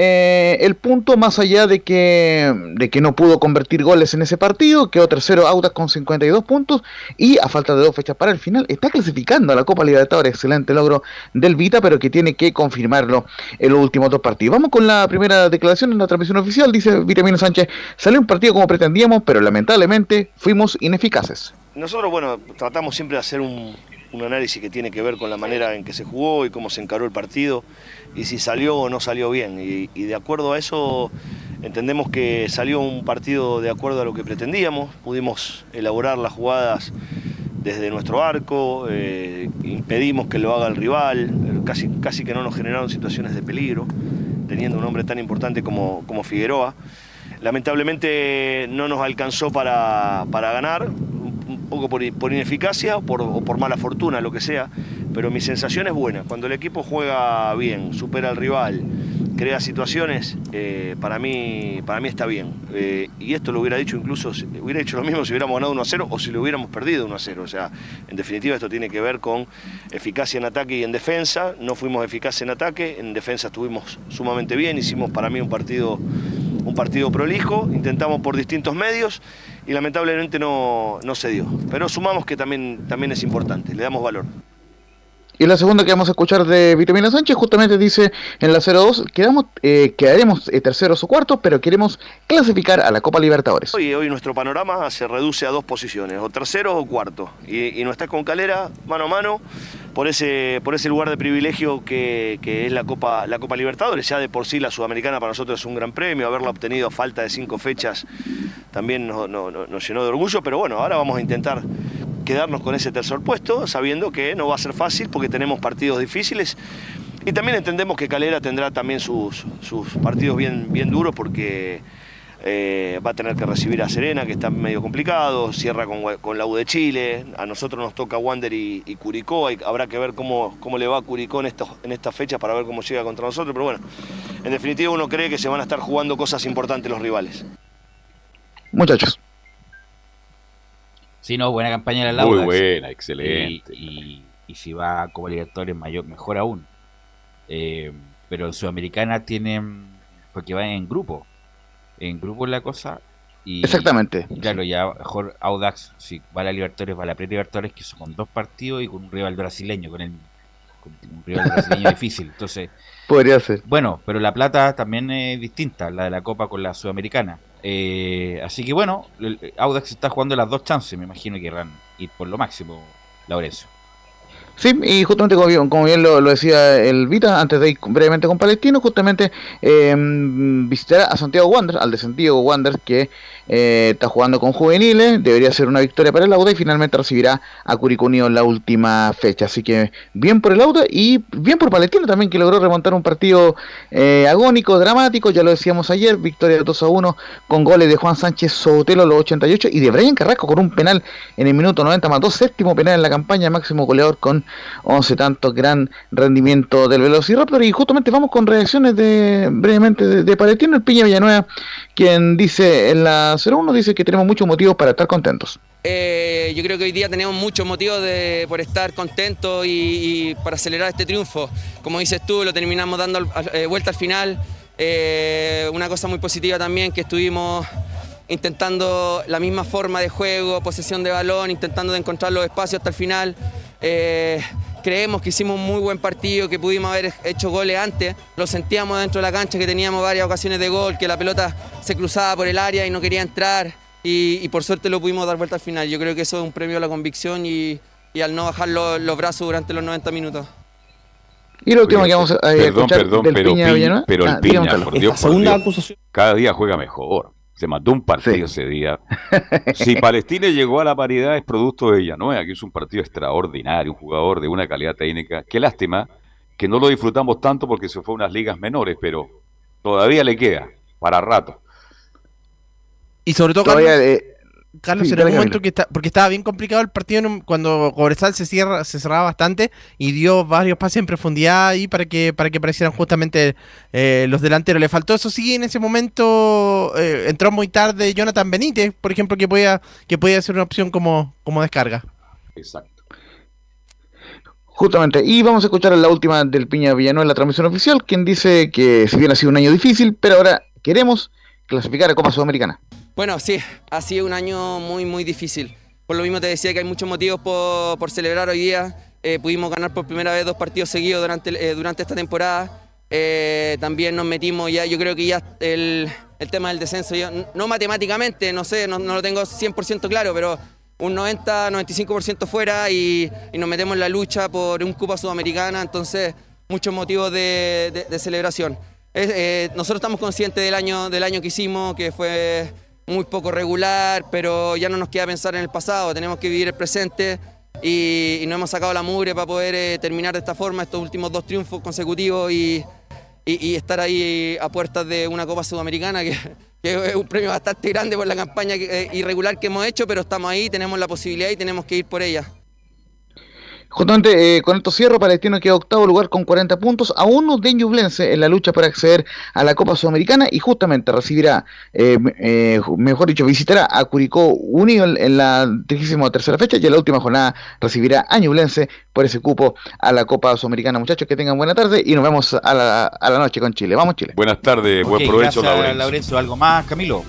el punto, más allá de que no pudo convertir goles en ese partido. Quedó tercero Audax con 52 puntos y a falta de 2 fechas para el final está clasificando a la Copa Libertadores. Excelente logro del Vita, pero que tiene que confirmarlo en los últimos 2 partidos. Vamos con la primera declaración en la transmisión oficial. Dice Vitamino Sánchez: salió un partido como pretendíamos, pero lamentablemente fuimos ineficaces. Nosotros, bueno, tratamos siempre de hacer un análisis que tiene que ver con la manera en que se jugó y cómo se encaró el partido y si salió o no salió bien. Y de acuerdo a eso entendemos que salió un partido de acuerdo a lo que pretendíamos. Pudimos elaborar las jugadas desde nuestro arco, impedimos que lo haga el rival, casi que no nos generaron situaciones de peligro, teniendo un hombre tan importante como Figueroa. Lamentablemente no nos alcanzó para ganar, un poco por ineficacia o por mala fortuna, lo que sea, pero mi sensación es buena. Cuando el equipo juega bien, supera al rival, crea situaciones, para mí está bien. Y esto lo hubiera dicho incluso, hubiera hecho lo mismo si hubiéramos ganado 1-0 o si lo hubiéramos perdido 1-0. O sea, en definitiva esto tiene que ver con eficacia en ataque y en defensa. No fuimos eficaces en ataque, en defensa estuvimos sumamente bien, hicimos para mí un partido prolijo, intentamos por distintos medios y lamentablemente no se dio. Pero sumamos que también es importante, le damos valor. Y la segunda que vamos a escuchar de Vitamina Sánchez justamente dice en la 0-2, quedaremos terceros o cuartos, pero queremos clasificar a la Copa Libertadores. Hoy nuestro panorama se reduce a 2 posiciones, o terceros o cuartos, y no está con Calera mano a mano por ese lugar de privilegio que es la Copa Libertadores. Ya de por sí la Sudamericana para nosotros es un gran premio, haberla obtenido a falta de 5 fechas también nos llenó de orgullo, pero bueno, ahora vamos a intentar quedarnos con ese tercer puesto, sabiendo que no va a ser fácil porque tenemos partidos difíciles y también entendemos que Calera tendrá también sus partidos bien duros porque va a tener que recibir a Serena, que está medio complicado, cierra con la U de Chile, a nosotros nos toca Wander y Curicó, habrá que ver cómo le va a Curicó en estas fechas para ver cómo llega contra nosotros, pero bueno, en definitiva uno cree que se van a estar jugando cosas importantes los rivales. Muchachos. Sí, no, buena campaña de la Audax. Muy buena, excelente. Y si va a Copa Libertadores mejor aún. Pero en Sudamericana tienen, porque va en grupo la cosa, Exactamente. Y claro, ya mejor Audax, si va a la Libertadores, va a la Pre-Libertadores, que son con 2 partidos y con un rival brasileño, con un rival brasileño difícil. Entonces, podría ser. Bueno, pero la plata también es distinta, la de la Copa con la Sudamericana. Así que bueno, Audax está jugando las 2 chances, me imagino que querrán ir por lo máximo, Laurencio. Sí, y justamente como bien lo decía el Vita, antes de ir brevemente con Palestino, justamente visitará a Santiago Wanderers, al de Santiago Wanderers, que está jugando con juveniles, debería ser una victoria para el Auda, y finalmente recibirá a Curicó Unido en la última fecha. Así que bien por el Auda y bien por Palestino también, que logró remontar un partido agónico, dramático, ya lo decíamos ayer, victoria de 2-1 con goles de Juan Sánchez Sotelo a los 88 y de Brian Carrasco con un penal en el minuto 90 más 2, 7º penal en la campaña, máximo goleador con 11 tantos, gran rendimiento del Velociraptor. Y justamente vamos con reacciones brevemente de Palestino. El Piña Villanueva, quien dice en la 0-1, dice que tenemos muchos motivos para estar contentos. Yo creo que hoy día tenemos muchos motivos por estar contentos y para acelerar este triunfo. Como dices tú, lo terminamos dando vuelta al final. Una cosa muy positiva también, que estuvimos intentando la misma forma de juego, posesión de balón, intentando de encontrar los espacios hasta el final. Creemos que hicimos un muy buen partido, que pudimos haber hecho goles antes. Lo sentíamos dentro de la cancha, que teníamos varias ocasiones de gol, que la pelota se cruzaba por el área y no quería entrar, y por suerte lo pudimos dar vuelta al final. Yo creo que eso es un premio a la convicción y al no bajar los brazos durante los 90 minutos. Y lo último que vamos a escuchar del Piña Villanueva. Pero el Piña, por Dios, cada día juega mejor. Se mató un partido ese día. Si Palestina llegó a la paridad es producto de Villanueva, que es un partido extraordinario, un jugador de una calidad técnica. Qué lástima que no lo disfrutamos tanto porque se fue a unas ligas menores, pero todavía le queda para rato. Y sobre todo, Carlos, en un momento porque estaba bien complicado el partido cuando Cobresal se cerraba bastante y dio varios pases en profundidad ahí para que aparecieran justamente los delanteros. Le faltó eso, sí, en ese momento entró muy tarde Jonathan Benítez, por ejemplo, que podía ser una opción como descarga. Exacto. Justamente, y vamos a escuchar la última del Piña Villanueva en la transmisión oficial, quien dice que si bien ha sido un año difícil, pero ahora queremos clasificar a Copa Sudamericana. Bueno, sí, ha sido un año muy, muy difícil. Por lo mismo te decía que hay muchos motivos por celebrar hoy día. Pudimos ganar por primera vez 2 partidos seguidos durante esta temporada. También nos metimos ya, yo creo que ya el tema del descenso, no matemáticamente, no sé, no lo tengo 100% claro, pero un 90-95% fuera y nos metemos en la lucha por un Copa Sudamericana, entonces muchos motivos de celebración. Nosotros estamos conscientes del año que hicimos, que fue muy poco regular, pero ya no nos queda pensar en el pasado, tenemos que vivir el presente y nos hemos sacado la mugre para poder terminar de esta forma estos últimos 2 triunfos consecutivos y estar ahí a puertas de una Copa Sudamericana que es un premio bastante grande por la campaña irregular que hemos hecho, pero estamos ahí, tenemos la posibilidad y tenemos que ir por ella. Justamente con esto cierro, Palestino queda 8º lugar con 40 puntos, a 1 de Ñublense en la lucha para acceder a la Copa Sudamericana, y justamente recibirá, mejor dicho, visitará a Curicó Unido en la 33ª fecha, y en la última jornada recibirá a Ñublense por ese cupo a la Copa Sudamericana. Muchachos, que tengan buena tarde y nos vemos a la noche con Chile. Vamos, Chile. Buenas tardes, buen provecho, Laurencio. ¿Algo más, Camilo?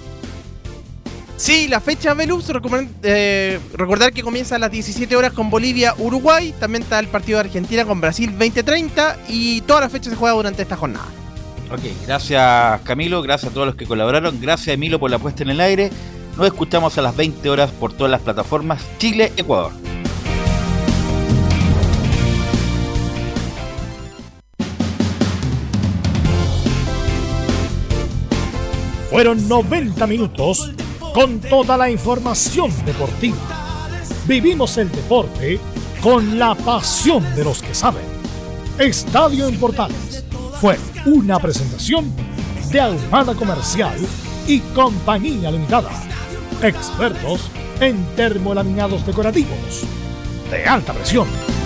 Sí, la fecha Velux, recordar que comienza a las 17 horas con Bolivia-Uruguay, también está el partido de Argentina con Brasil 20-30 y todas las fechas se juegan durante esta jornada. Ok, gracias Camilo, gracias a todos los que colaboraron, gracias Emilio por la puesta en el aire. Nos escuchamos a las 20 horas por todas las plataformas Chile-Ecuador. Fueron 90 minutos con toda la información deportiva. Vivimos el deporte con la pasión de los que saben. Estadio en Portales fue una presentación de Ahumada Comercial y Compañía Limitada. Expertos en termolaminados decorativos de alta presión.